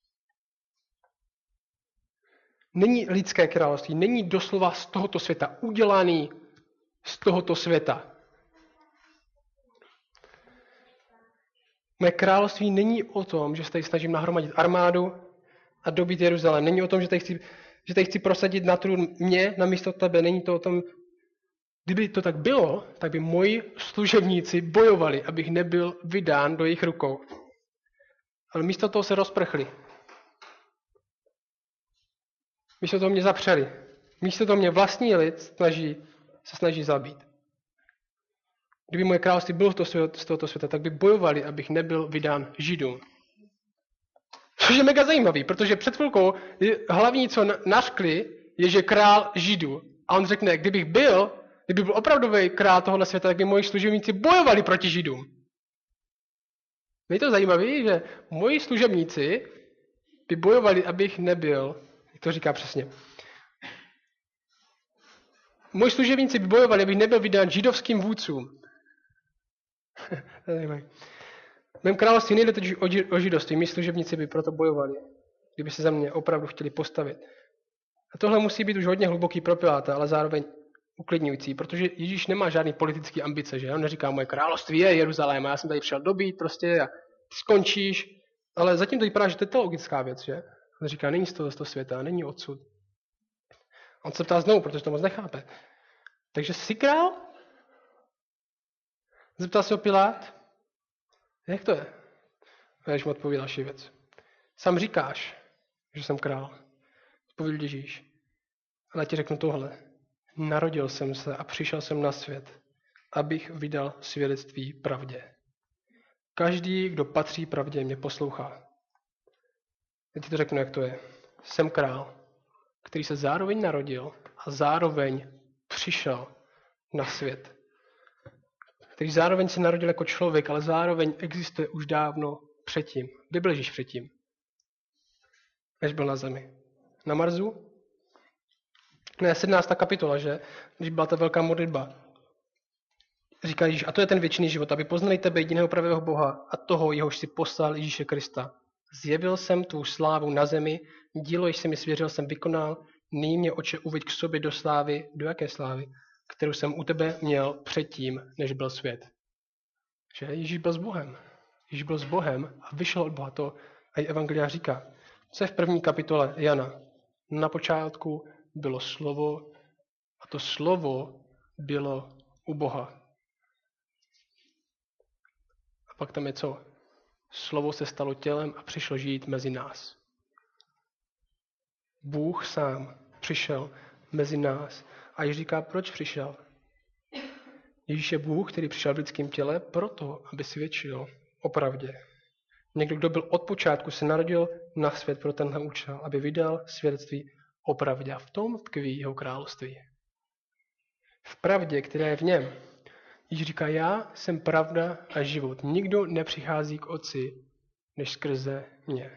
Není lidské království, není doslova z tohoto světa, udělaný z tohoto světa. Moje království není o tom, že se tady snažím nahromadit armádu a dobít Jeruzalém. Není o tom, že tady chci, že tady chci prosadit na trůn mě na místo tebe. Není to o tom, kdyby to tak bylo, tak by moji služebníci bojovali, abych nebyl vydán do jejich rukou. Ale místo toho se rozprchli. Místo toho mě zapřeli. Místo toho mě vlastní lid snaží, se snaží zabít. Kdyby moje království bylo z tohoto světa, tak by bojovali, abych nebyl vydán Židům. Což je mega zajímavý, protože před chvilkou hlavní, co nařkli, je, že král Židů. A on řekne, kdybych byl, kdyby byl opravdový král tohoto světa, tak by moji služebníci bojovali proti Židům. Je to zajímavé, že moji služebníci by bojovali, abych nebyl, jak to říká přesně. Moji služebníci by bojovali, abych nebyl vydán židovským vůdcům. V mém království nejde totiž o židovství, mí služebníci by proto bojovali, kdyby se za mě opravdu chtěli postavit. A tohle musí být už hodně hluboký pro Piláta, ale zároveň uklidňující, protože Ježíš nemá žádný politický ambice, že? On neříká, moje království je Jeruzalém a já jsem tady přišel dobít prostě a ty skončíš, ale zatím to vypadá, že to je teologická věc, že? On říká, není z toho, z toho světa, není odsud. On se ptá znovu, protože to moc nechápe. Takže jsi král? Zeptal se ho Pilát, jak to je? A Ježíš mu odpověděl další věc. Sám říkáš, že jsem král. Odpověděl Ježíš. Ale já ti řeknu tohle. Narodil jsem se a přišel jsem na svět, abych vydal svědectví pravdě. Každý, kdo patří pravdě, mě poslouchá. Já ti to řeknu, jak to je. Jsem král, který se zároveň narodil a zároveň přišel na svět. Který zároveň se narodil jako člověk, ale zároveň existuje už dávno předtím. Kde byl Ježíš předtím? Než byl na zemi. Na Marsu? Ne, sedmnáctá kapitola, že? Když byla ta velká modlitba. Říká Ježíš, a to je ten věčný život, aby poznali tebe jediného pravého Boha a toho, jehož si poslal Ježíše Krista. Zjevil jsem tvou slávu na zemi, dílo, jež se mi svěřil, jsem vykonal, nyní mě oče uveď k sobě do slávy. Do jaké slávy? Kterou jsem u tebe měl předtím, než byl svět. Že Ježíš byl s Bohem. Ježíš byl s Bohem a vyšel od Boha. To a i Evangelia říká. Co je v první kapitole Jana? Na počátku bylo slovo a to slovo bylo u Boha. A pak tam je co? Slovo se stalo tělem a přišlo žít mezi nás. Bůh sám přišel mezi nás. A Ježíš říká, proč přišel? Ježíš je Bůh, který přišel v lidském těle proto, aby svědčil o pravdě. Někdo, kdo byl od počátku, se narodil na svět pro tenhle účel, aby vydal svědectví o pravdě. A v tom tkví jeho království. V pravdě, která je v něm. Ježíš říká, já jsem pravda a život. Nikdo nepřichází k Otci, než skrze mě.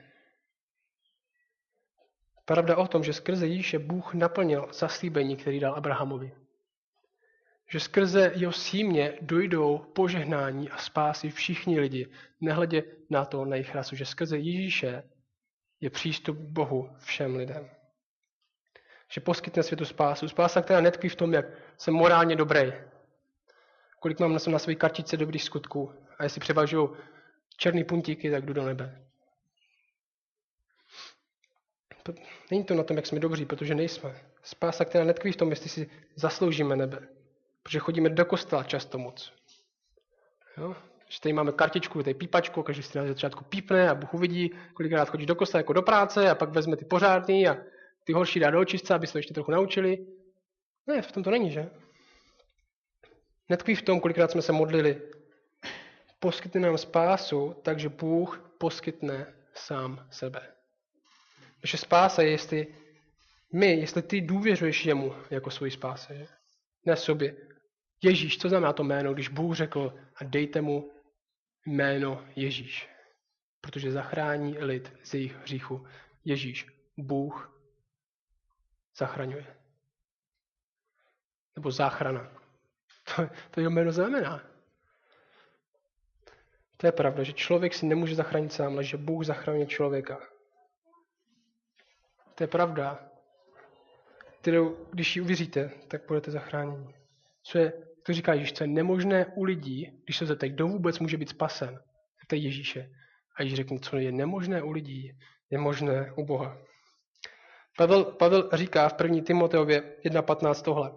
Pravda o tom, že skrze Ježíše Bůh naplnil zaslíbení, který dal Abrahamovi. Že skrze jeho símě dojdou požehnání a spásy všichni lidi, nehledě na to, na jejich rasu. Že skrze Ježíše je přístup k Bohu všem lidem. Že poskytne světu spásu. Spása, která netkví v tom, jak jsem morálně dobrý. Kolik mám na své kartičce dobrých skutků. A jestli převažují černý puntíky, tak jdu do nebe. Není to na tom, jak jsme dobří, protože nejsme. Spása, která netkví v tom, jestli si zasloužíme nebe. Protože chodíme do kostela často moc. Jo? Že tady máme kartičku, tady pípačku, každý si na začátku pípne a Bůh uvidí, kolikrát chodíš do kostela jako do práce a pak vezme ty pořádný a ty horší dá do očistce, aby se to ještě trochu naučili. Ne, v tom to není, že? Netkví v tom, kolikrát jsme se modlili. Poskytne nám spásu, takže Bůh poskytne sám sebe. Naše spása je, jestli my, jestli ty důvěřuješ jemu jako svoji spáse, že? Ne sobě. Ježíš, co znamená to jméno, když Bůh řekl a dejte mu jméno Ježíš. Protože zachrání lid z jejich hříchu. Ježíš, Bůh zachraňuje. Nebo záchrana. To, to jeho jméno znamená. To je pravda, že člověk si nemůže zachránit sám, ale že Bůh zachraňuje člověka. To je pravda, kterou, když ji uvěříte, tak budete zachráněni. Co je, to říká Ježíš, co je nemožné u lidí, když se zeptají, kdo vůbec může být spasen, to je Ježíše. A Ježíš řekne, co je nemožné u lidí, je možné u Boha. Pavel, Pavel říká v první Timoteově jedna patnáct tohle.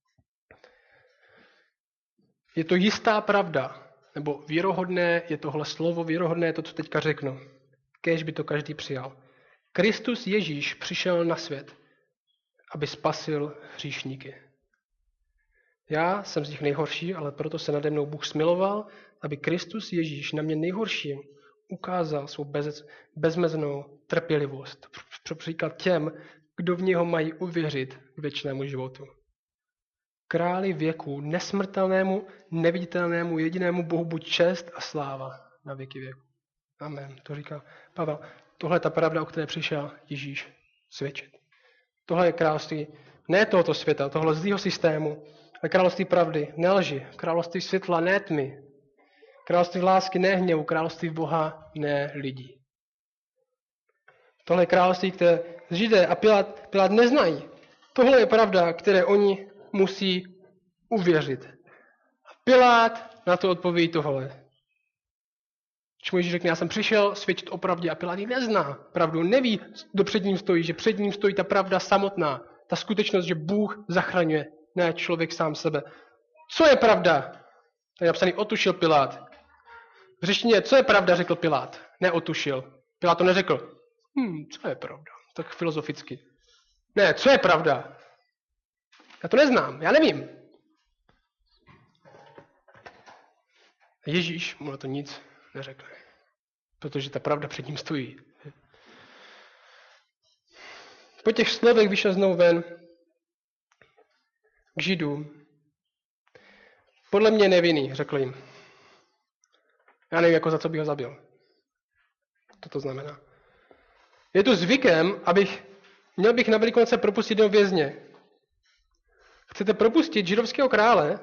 Je to jistá pravda, nebo věrohodné, je tohle slovo věrohodné, to, co teďka řeknu. kéž by to každý přijal. Kristus Ježíš přišel na svět, aby spasil hříšníky. Já jsem z nich nejhorší, ale proto se nade mnou Bůh smiloval, aby Kristus Ježíš na mě nejhorším ukázal svou bez, bezmeznou trpělivost. Pro příklad těm, kdo v něho mají uvěřit k věčnému životu. Králi věku, nesmrtelnému, neviditelnému, jedinému Bohu buď čest a sláva na věky věku. Amen. To říká Pavel. Tohle je ta pravda, o které přišel Ježíš svědčit. Tohle je království ne tohoto světa, tohle zlýho systému, ale království pravdy, ne lži, království světla, ne tmy, království lásky, ne hněvu, království Boha, ne lidí. Tohle je království, které Židé a Pilát, Pilát neznají. Tohle je pravda, které oni musí uvěřit. A Pilát na to odpoví tohle. Čemu Ježíš řekne, já jsem přišel svědčit o pravdě a Pilát ji nezná. Pravdu neví, kdo před ním stojí, že před ním stojí ta pravda samotná. Ta skutečnost, že Bůh zachraňuje, ne člověk sám sebe. Co je pravda? To je napsaný, otušil Pilát. V řečtině, co je pravda, řekl Pilát. Neotušil. Pilát to neřekl. Hm, co je pravda? Tak filozoficky. Ne, co je pravda? Já to neznám, já nevím. Ježíš mu na to nic neřekne. Protože ta pravda před ním stojí. Po těch slovech vyšel znovu ven k Židům. Podle mě nevinný, řekl jim. Já nevím, jako za co bych ho zabil. Co to znamená? Je to zvykem, abych, měl bych na Velikonoce propustit do vězně. Chcete propustit židovského krále,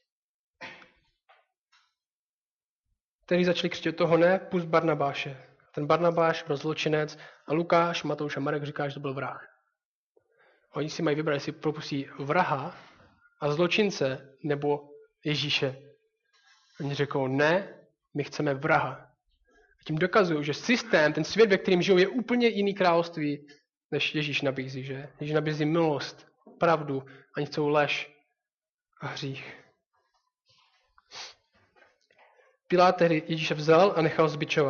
který začali křičet toho ne, pust Barnabáše. Ten Barnabáš byl zločinec a Lukáš, Matouš a Marek říká, že to byl vrah. Oni si mají vybrat, jestli propustí vraha a zločince nebo Ježíše. Oni řekou, ne, my chceme vraha. A tím dokazují, že systém, ten svět, ve kterém žijou, je úplně jiný království, než Ježíš nabízí. Že? Ježíš nabízí milost, pravdu, ani chcou lež a hřích. Pilát tehdy Ježíše vzal a nechal zbičovat.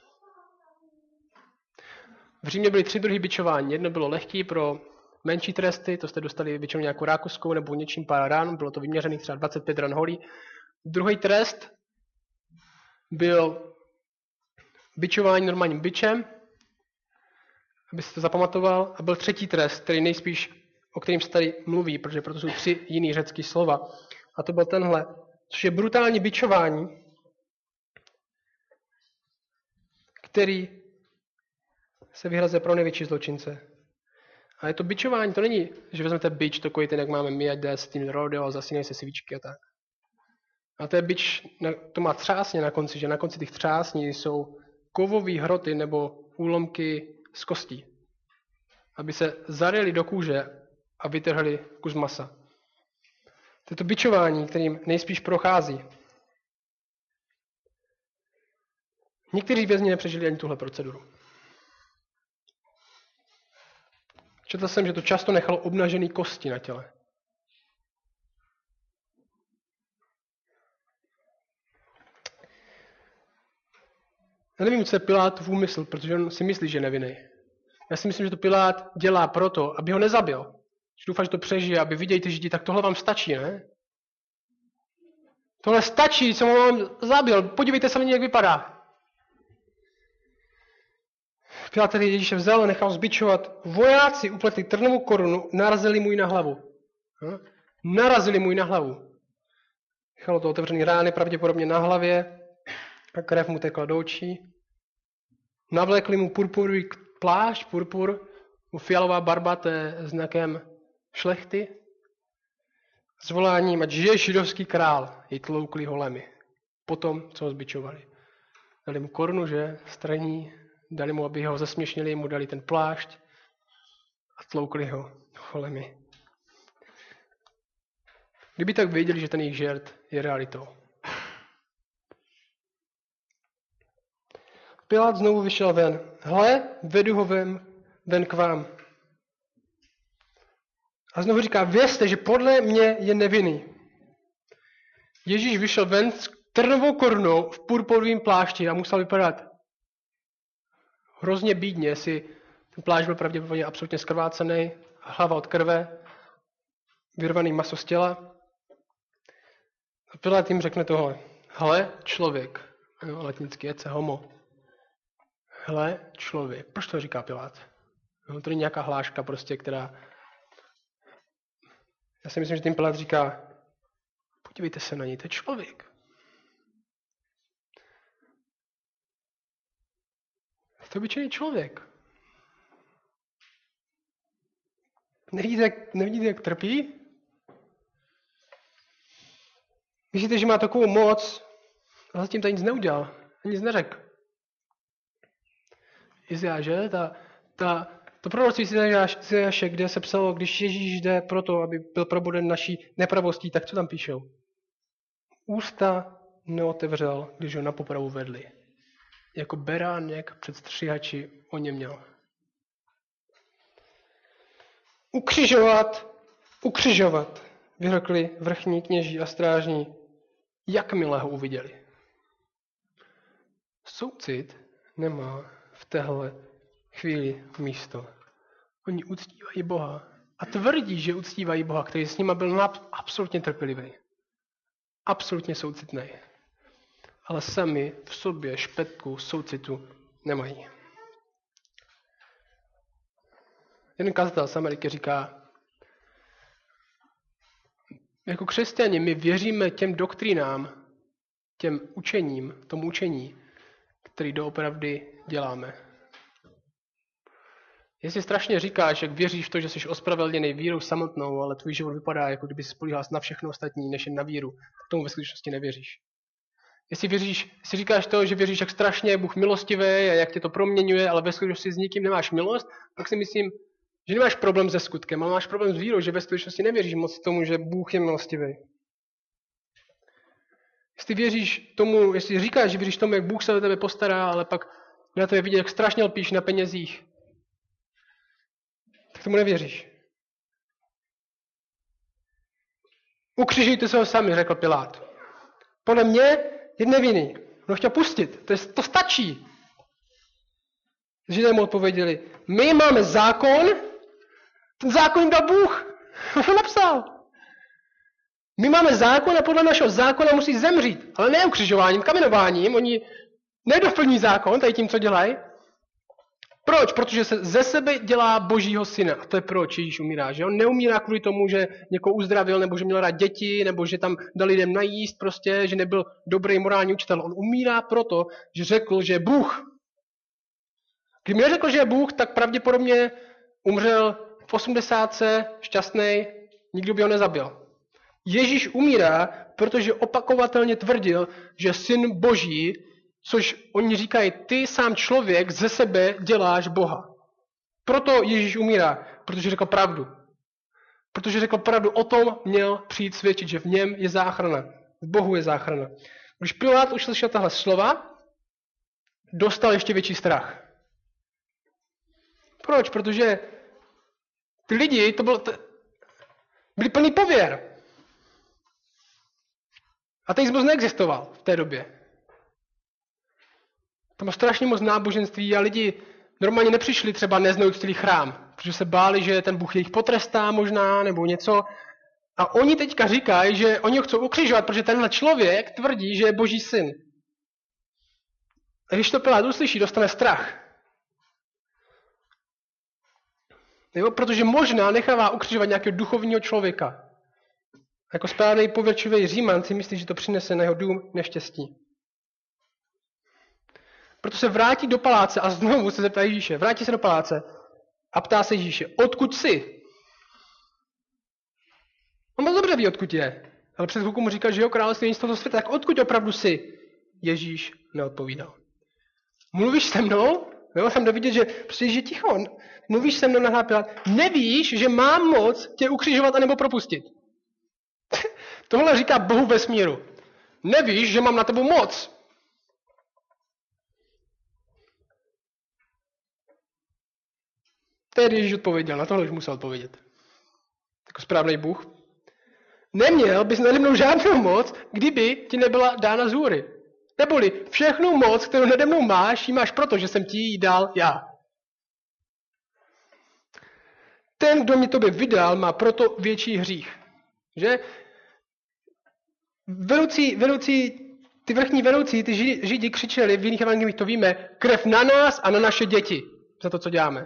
V Římě byly tři druhy bičování. Jedno bylo lehký pro menší tresty, to jste dostali většinou nějakou rákoskou nebo něčím pár rán, bylo to vyměřených třeba dvacet pět ran holí. Druhý trest byl bičování normálním bičem, aby si to zapamatoval, a byl třetí trest, který nejspíš, o kterým se tady mluví, protože proto jsou tři jiný řecký slova. A to byl tenhle, což je brutální bičování, který se vyhrazuje pro největší zločince. A je to bičování, to není, že vezmete bič, takový ten, jak máme my, ať jde s tím rodeo, zasínají se svíčky a tak. A to je bič, to má třásně na konci, že na konci těch třásní jsou kovové hroty nebo úlomky z kostí, aby se zaryli do kůže a vytrhli kus masa. To je to bičování, kterým nejspíš prochází. Někteří vězni nepřežili ani tuhle proceduru. Četl jsem, že to často nechalo obnažený kosti na těle. Já nevím, co je Pilátův úmysl, protože on si myslí, že je nevinný. Já si myslím, že to Pilát dělá proto, aby ho nezabil. Že doufá, že to přežije, aby viděli ty Židi, tak tohle vám stačí, ne? Tohle stačí, co vám zabil. Podívejte se na něj, jak vypadá. Pilát tedy Ježíše vzal a nechal zbičovat. Vojáci upletli trnovou korunu, narazili mu ji na hlavu. Hm? Narazili mu ji na hlavu. Nechalo to otevřený rány, pravděpodobně na hlavě, a krev mu tekla do očí. Navlékli mu purpurový plášť, purpur, fialová barva, to je znakem šlechty. S voláním, ať žije židovský král, jej tloukli holemi. Potom, co ho zbičovali. Dali mu korunu, že, straní, dali mu, aby ho zasměšnili, mu dali ten plášť a tloukli ho holemi. Kdyby tak věděli, že ten jejich žert je realitou. Pilát znovu vyšel ven. Hle, vedu ho ven, ven k vám. A znovu říká, vězte, že podle mě je nevinný. Ježíš vyšel ven s trnovou korunou v purpurovém plášti a musel vypadat hrozně bídně, si ten plášť byl pravděpodobně absolutně skrvácený, hlava od krve, vyrvaný maso z těla. A Pilát jim řekne tohle. Hele, člověk. Jo, latinsky ece homo. Hele, člověk. Proč to říká Pilát? No, to je nějaká hláška prostě, která... Já si myslím, že tím Pilát říká, podívejte se na něj, to je člověk. To je obyčejný člověk. Nevidíte, jak, nevidíte, jak trpí? Myslíte, že má takovou moc, a zatím to nic neudělal, nic neřekl. Izajáš, že? Ta, ta, to proroctví Izajáše, kde se psalo, když Ježíš jde proto, aby byl probuden naší nepravostí, tak co tam píšou? Ústa neotevřel, když ho na popravu vedli. Jako beránek před střihači o něm měl. Ukřižovat, ukřižovat, vyřkli vrchní kněží a strážní, jakmile ho uviděli. Soucit nemá v téhle chvíli místo. Oni uctívají Boha a tvrdí, že uctívají Boha, který s nima byl absolutně trpělivý. Absolutně soucitný. Ale sami v sobě špetku soucitu nemají. Jeden kazatel z Ameriky říká, jako křesťani my věříme těm doktrinám, těm učením, tomu učení, který doopravdy děláme. Jestli strašně říkáš, jak věříš v to, že jsi ospravedlněný vírou samotnou, ale tvůj život vypadá, jako kdyby spolíhal na všechno ostatní, než jen na víru, tak tomu ve skutečnosti nevěříš. Jestli, věříš, jestli říkáš to, že věříš, jak strašně je Bůh milostivý a jak tě to proměňuje, ale ve skutečnosti s nikým nemáš milost, tak si myslím, že nemáš problém se skutkem, ale máš problém s vírou, že ve skutečnosti nevěříš moc tomu, že Bůh je milostivý. Jestli věříš tomu, jestli říkáš, že věříš tomu, jak Bůh se o tebe postará, ale pak na to je vidět, jak strašně lpíš na penězích, tak tomu nevěříš. Ukřižujte se ho sami, řekl Pilát. Podle mě je nevinný. On chtěl pustit. To, je, to stačí. Židé mu odpověděli, my máme zákon, ten zákon jim dal Bůh. On napsal. My máme zákon a podle našeho zákona musí zemřít. Ale ne ukřižováním, kamenováním. Oni nedoplní zákon tady tím, co dělají. Proč? Protože se ze sebe dělá Božího syna. A to je proč Ježíš umírá. Že on neumírá kvůli tomu, že někoho uzdravil, nebo že měl rád děti, nebo že tam dal lidem najíst, prostě, že nebyl dobrý morální učitel. On umírá proto, že řekl, že je Bůh. Kdyby neřekl, že je Bůh, tak pravděpodobně umřel v osmdesátce šťastný, nikdo by ho nezabil. Ježíš umírá, protože opakovatelně tvrdil, že syn Boží, což oni říkají, ty sám člověk ze sebe děláš Boha. Proto Ježíš umírá, protože řekl pravdu. Protože řekl pravdu, o tom měl přijít svědčit, že v něm je záchrana. V Bohu je záchrana. Když Pilát už slyšel tahle slova, dostal ještě větší strach. Proč? Protože ty lidi, to bylo, to, byli plný pověr. Ateismus neexistoval v té době. Tam bylo strašně moc náboženství a lidi normálně nepřišli třeba neznout celý chrám, protože se báli, že ten Bůh jejich potrestá možná nebo něco. A oni teďka říkají, že oni ho chcou ukřižovat, protože tenhle člověk tvrdí, že je Boží syn. A když to Pilát uslyší, dostane strach. Jo, protože možná nechává ukřižovat nějakého duchovního člověka. Jako správný pověrčivý Říman si myslí, že to přinese na jeho dům neštěstí. Proto se vrátí do paláce a znovu se zeptá Ježíše. Vrátí se do paláce a ptá se Ježíše, odkud jsi? On moc dobře ví, odkud je. Ale před chvilkou mu říkal, že jeho království není z toho světa. Tak odkud opravdu jsi? Ježíš neodpovídal. Mluvíš se mnou? Jo, tam jde vidět, že prostě je ticho. Mluvíš se mnou, nahlá Pilát. Nevíš, že mám moc tě ukřižovat anebo propustit. Tohle říká Bohu vesmíru. Nevíš, že mám na tebe moc. Tehdy Ježíš odpověděl, na tohle už musel odpovědět. Jako správný Bůh. Neměl bys nade mnou žádnou moc, kdyby ti nebyla dána z hůry. Neboli všechnu moc, kterou nade mnou máš, ji máš proto, že jsem ti ji dal já. Ten, kdo mě tobě vydal, má proto větší hřích. Že? Vedoucí, vedoucí, ty vrchní vedoucí, ty židi, židi křičeli, v jiných evangelích to víme, krev na nás a na naše děti za to, co děláme.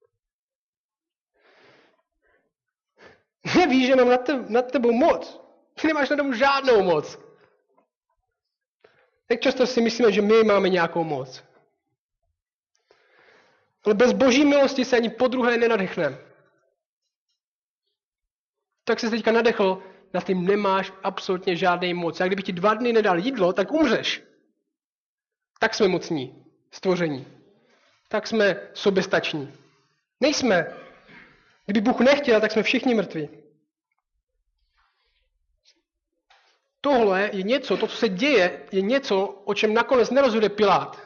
Nevíš, že mám nad, te, nad tebou moc. Ty nemáš nad tebou žádnou moc. Jak často si myslíme, že my máme nějakou moc. Ale bez boží milosti se ani po druhé nenadechneme. Tak se teďka nadechl, nad tím nemáš absolutně žádný moc. A kdyby ti dva dny nedal jídlo, tak umřeš. Tak jsme mocní, stvoření. Tak jsme soběstační. Nejsme. Kdyby Bůh nechtěl, tak jsme všichni mrtví. Tohle je něco, to, co se děje, je něco, o čem nakonec nerozhoduje Pilát.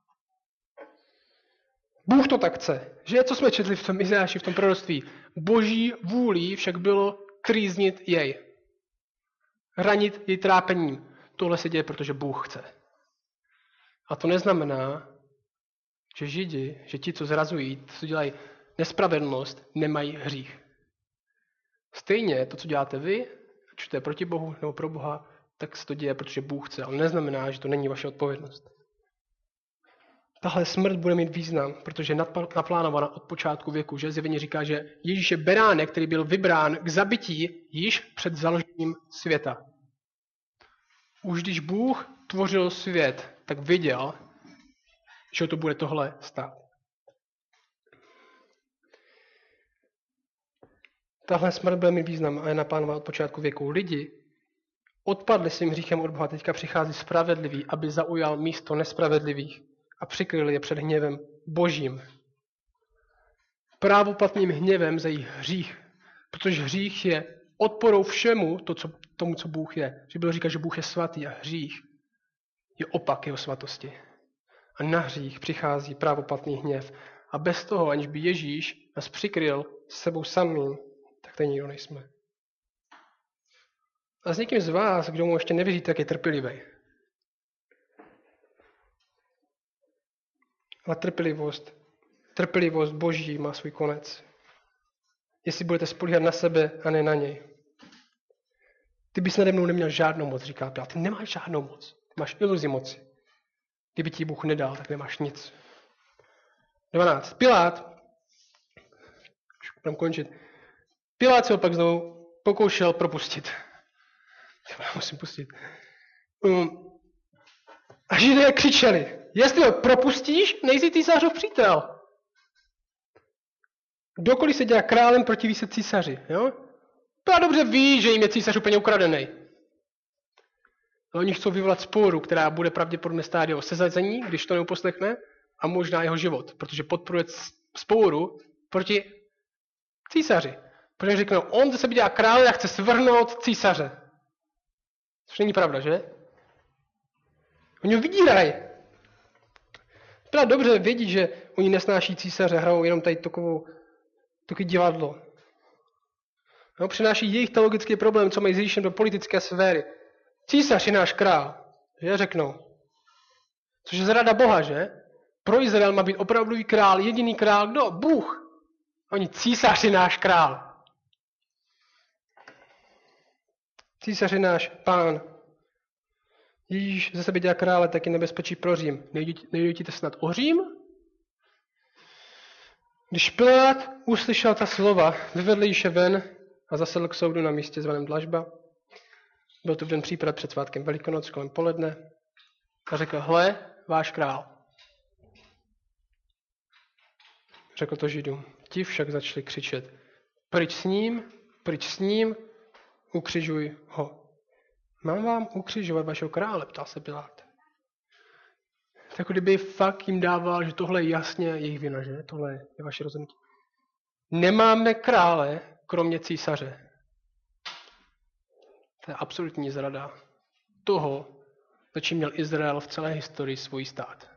Bůh to tak chce. Že co jsme četli v tom Izajáši, v tom proroctví. Boží vůlí však bylo trýznit jej. Ranit jej trápením. Tohle se děje, protože Bůh chce. A to neznamená, že Židi, že ti, co zrazují, co dělají nespravedlnost, nemají hřích. Stejně to, co děláte vy, či to je proti Bohu nebo pro Boha, tak se to děje, protože Bůh chce. Ale neznamená, že to není vaše odpovědnost. Tahle smrt bude mít význam, protože je naplánovaná od počátku věku. Že Zjevení říká, že Ježíš je beránek, který byl vybrán k zabití již před založením světa. Už když Bůh tvořil svět, tak viděl, že to bude tohle stát. Tahle smrt bude mít význam a je naplánovaná od počátku věku. Lidi odpadli svým hříchem od Boha, teďka přichází spravedlivý, aby zaujal místo nespravedlivých a přikryli je před hněvem Božím. Právoplatným hněvem za jejich hřích, protože hřích je odporou všemu to, co, tomu, co Bůh je. Že bylo říkat, že Bůh je svatý a hřích je opak jeho svatosti. A na hřích přichází právoplatný hněv. A bez toho, aniž by Ježíš nás přikryl s sebou samým, tak tady nikdo nejsme. A s někým z vás, kdo mu ještě nevěří, tak je trpělivý. Ale trpělivost, trpělivost Boží má svůj konec. Jestli budete spolíhat na sebe a ne na něj. Ty bys nade mnou neměl žádnou moc, říká Pilát. Ty nemáš žádnou moc. Ty máš iluzi moci. Kdyby ti Bůh nedal, tak nemáš nic. dvanáct. Pilát, už budeme končit, Pilát se ho pak znovu pokoušel propustit. Já musím pustit. Um, a Židé křičeli, jestli ho propustíš, nejsi císařův přítel. Kdokoliv se dělá králem, protiví se císaři. Jo? Pilát dobře ví, že jim je císař úplně ukradený. Ale oni chcou vyvolat sporu, která bude pravděpodobně stát jeho sezazení, když to neuposlechne, a možná jeho život, protože podporuje sporu proti císaři. Protože řeknou, on ze sebe dělá krále a chce svrhnout císaře. Což není pravda, že? Oni ho vydírají. Pilát dobře vědí, že oni nesnáší císaře, hrajou jenom tady takovou, takové divadlo. No, přináší jejich teologický problém, co mají s Ježíšem do politické sféry. Císař je náš král, že řeknou. Což je zrada Boha, že? Pro Izrael má být opravdový král, jediný král, kdo? Bůh. Oni, císař je náš král. Císař je náš pán. Ježíš ze sebe dělá krále, tak je nebezpečí pro Řím. Nejdete snad o Řím? Když Pilát uslyšel ta slova, vyvedl Ježíše ven a zasedl k soudu na místě zvaném Dlažba. Byl to v den příprav před svátkem Velikonoc kolem poledne a řekl, hle, váš král. Řekl to Židům. Ti však začali křičet, pryč s ním, pryč s ním, ukřižuj ho. Mám vám ukřižovat vašeho krále, ptal se Pilát. Tak kdyby fakt jim dával, že tohle je jasně jejich vina, že? Tohle je vaše rozhodnutí. Nemáme krále, kromě císaře. To je absolutní zrada toho, za čím měl Izrael v celé historii svůj stát.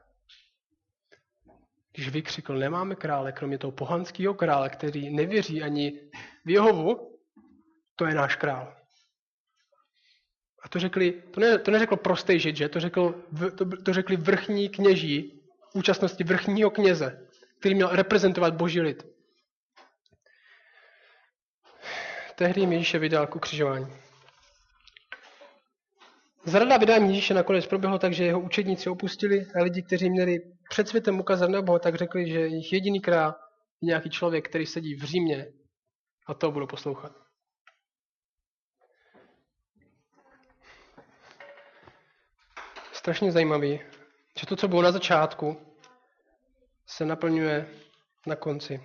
Když vykřikl, nemáme krále, kromě toho pohanského krále, který nevěří ani v Jehovu, to je náš král. A to řekli, to, ne, to neřekl prostý žid, že? To, řekl, to, to řekli vrchní kněží, účastnosti vrchního kněze, který měl reprezentovat boží lid. Tehdy jim Ježíše vydal k ukřižování. Zrada vydání Ježíše nakonec proběhlo tak, že jeho učedníci opustili a lidi, kteří měli před světem ukázat na Boha, tak řekli, že jejich jediný král je nějaký člověk, který sedí v Římě a to budou poslouchat. Strašně zajímavý, že to, co bylo na začátku, se naplňuje na konci.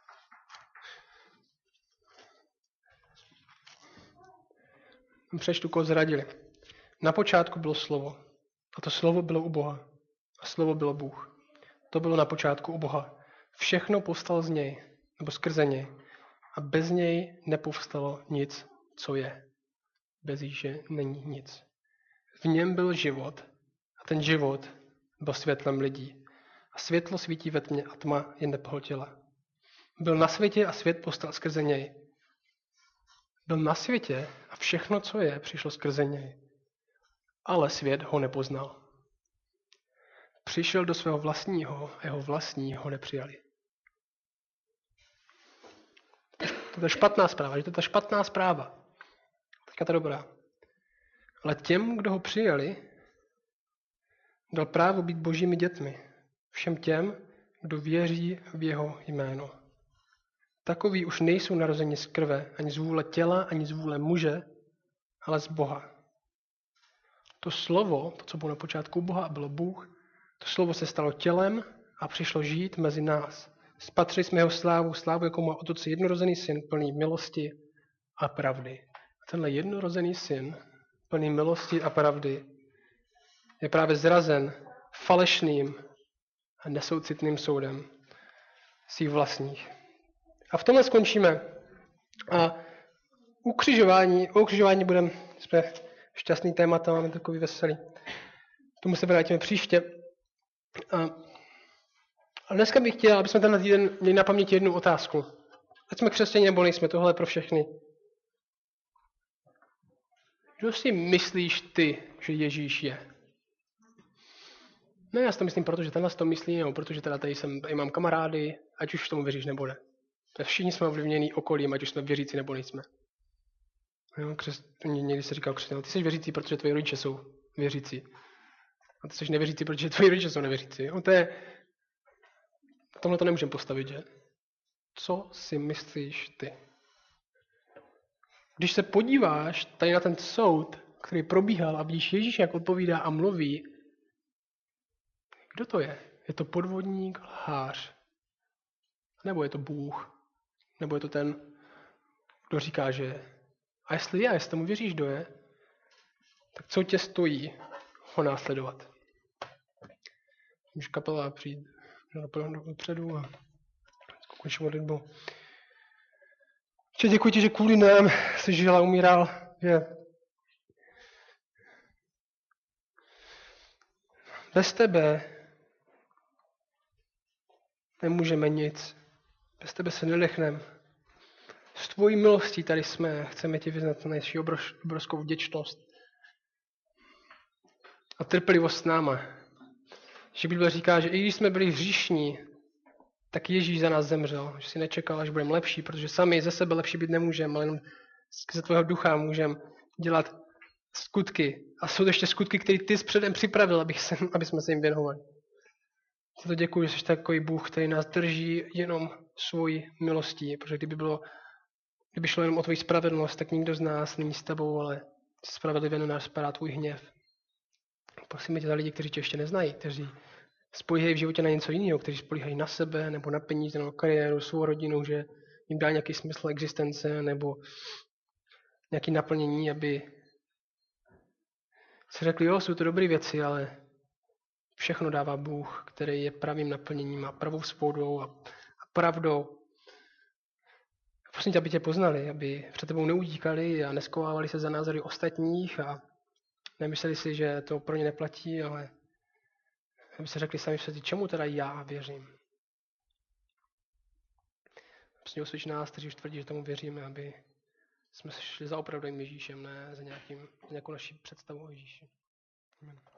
Přečtu, koho zradili. Na počátku bylo slovo. A to slovo bylo u Boha. A slovo bylo Bůh. To bylo na počátku u Boha. Všechno povstalo z něj, nebo skrze něj. A bez něj nepovstalo nic, co je. Bez Ježíše není nic. V něm byl život. A ten život byl světlem lidí. A světlo svítí ve tmě a tma je nepohltila. Byl na světě a svět povstal skrze něj. Byl na světě a všechno, co je, přišlo skrze něj. Ale svět ho nepoznal. Přišel do svého vlastního a jeho vlastní ho nepřijali. To je špatná zpráva, že to je ta špatná zpráva. Teďka ta dobrá. Ale těm, kdo ho přijali, dal právo být božími dětmi. Všem těm, kdo věří v jeho jméno. Takoví už nejsou narozeni z krve, ani z vůle těla, ani z vůle muže, ale z Boha. To slovo, to, co bylo na počátku Boha a bylo Bůh, to slovo se stalo tělem a přišlo žít mezi nás. Spatřili jsme jeho slávu, slávu, jako má otec jednorozený syn, plný milosti a pravdy. A tenhle jednorozený syn, plný milosti a pravdy, je právě zrazen falešným a nesoucitným soudem svých vlastních. A v tomhle skončíme. A ukřižování, o ukřižování budeme, jsme šťastný témata, máme takový veselý. K tomu se vrátíme příště. A, a dneska bych chtěl, aby jsme tenhle týden měli na paměti jednu otázku. Ať jsme křesťané nebo nejsme, tohle je pro všechny. Kdo si myslíš ty, že Ježíš je? Ne, já si to myslím, protože tenhle si to myslí, nebo protože teda tady, jsem, tady mám kamarády, ať už tomu věříš nebo ne. Všichni jsme ovlivněni okolím, ať už jsme věřící nebo nejsme. Jo, křes, někdy se říká křesťan, ty jsi věřící, protože tvoji rodiče jsou věřící. A ty jsi nevěřící, protože tvoji rodiče jsou nevěřící. Jo, to je, tomhle to nemůžeme postavit, že? Co si myslíš ty? Když se podíváš tady na ten soud, který probíhal a vidíš Ježíš, jak odpovídá a mluví, kdo to je? Je to podvodník, lhář? Nebo je to Bůh? Nebo je to ten, kdo říká, že je? A jestli je, jestli tomu věříš, kdo je, tak co tě stojí ho následovat? Může kapela přijít dopředu a skončím modlitbou. Če děkuji ti, že kvůli nám jsi žil a umíral, že bez tebe nemůžeme nic. Bez tebe se nedechneme. S tvojí milostí tady jsme. Chceme ti vyznat naši obrovskou vděčnost a trpělivost s náma. Že Bible říká, že i když jsme byli hříšní, tak Ježíš za nás zemřel. Že si nečekal, až budeme lepší, protože sami ze sebe lepší být nemůžeme, ale jenom ze tvého ducha můžeme dělat skutky. A jsou to ještě skutky, které ty jsi předem připravil, abych se, aby jsme se jim věnovali. Za to děkuji, že jsi takový Bůh, který nás drží jenom svojí milostí, protože kdyby bylo Kdyby šlo jenom o tvoji spravedlnost, tak nikdo z nás není s tebou, ale spravedlivě na nás spadá tvůj hněv. Prosím tě za lidi, kteří tě ještě neznají, kteří spolíhají v životě na něco jiného, kteří spolíhají na sebe, nebo na peníze, nebo kariéru, svou rodinu, že jim dá nějaký smysl existence, nebo nějaké naplnění, aby si řekli, jo, jsou to dobré věci, ale všechno dává Bůh, který je pravým naplněním a pravou svobodou a, a pravdou. Prosím tě, aby tě poznali, aby před tebou neutíkali a neskovávali se za názory ostatních a nemysleli si, že to pro ně neplatí, ale aby se řekli sami před čemu teda já věřím. Prosím, osvědč nás, kteří už tvrdí, že tomu věříme, aby jsme šli za opravdovým Ježíšem, ne za, nějakým, za nějakou naší představou o Ježíši. Amen.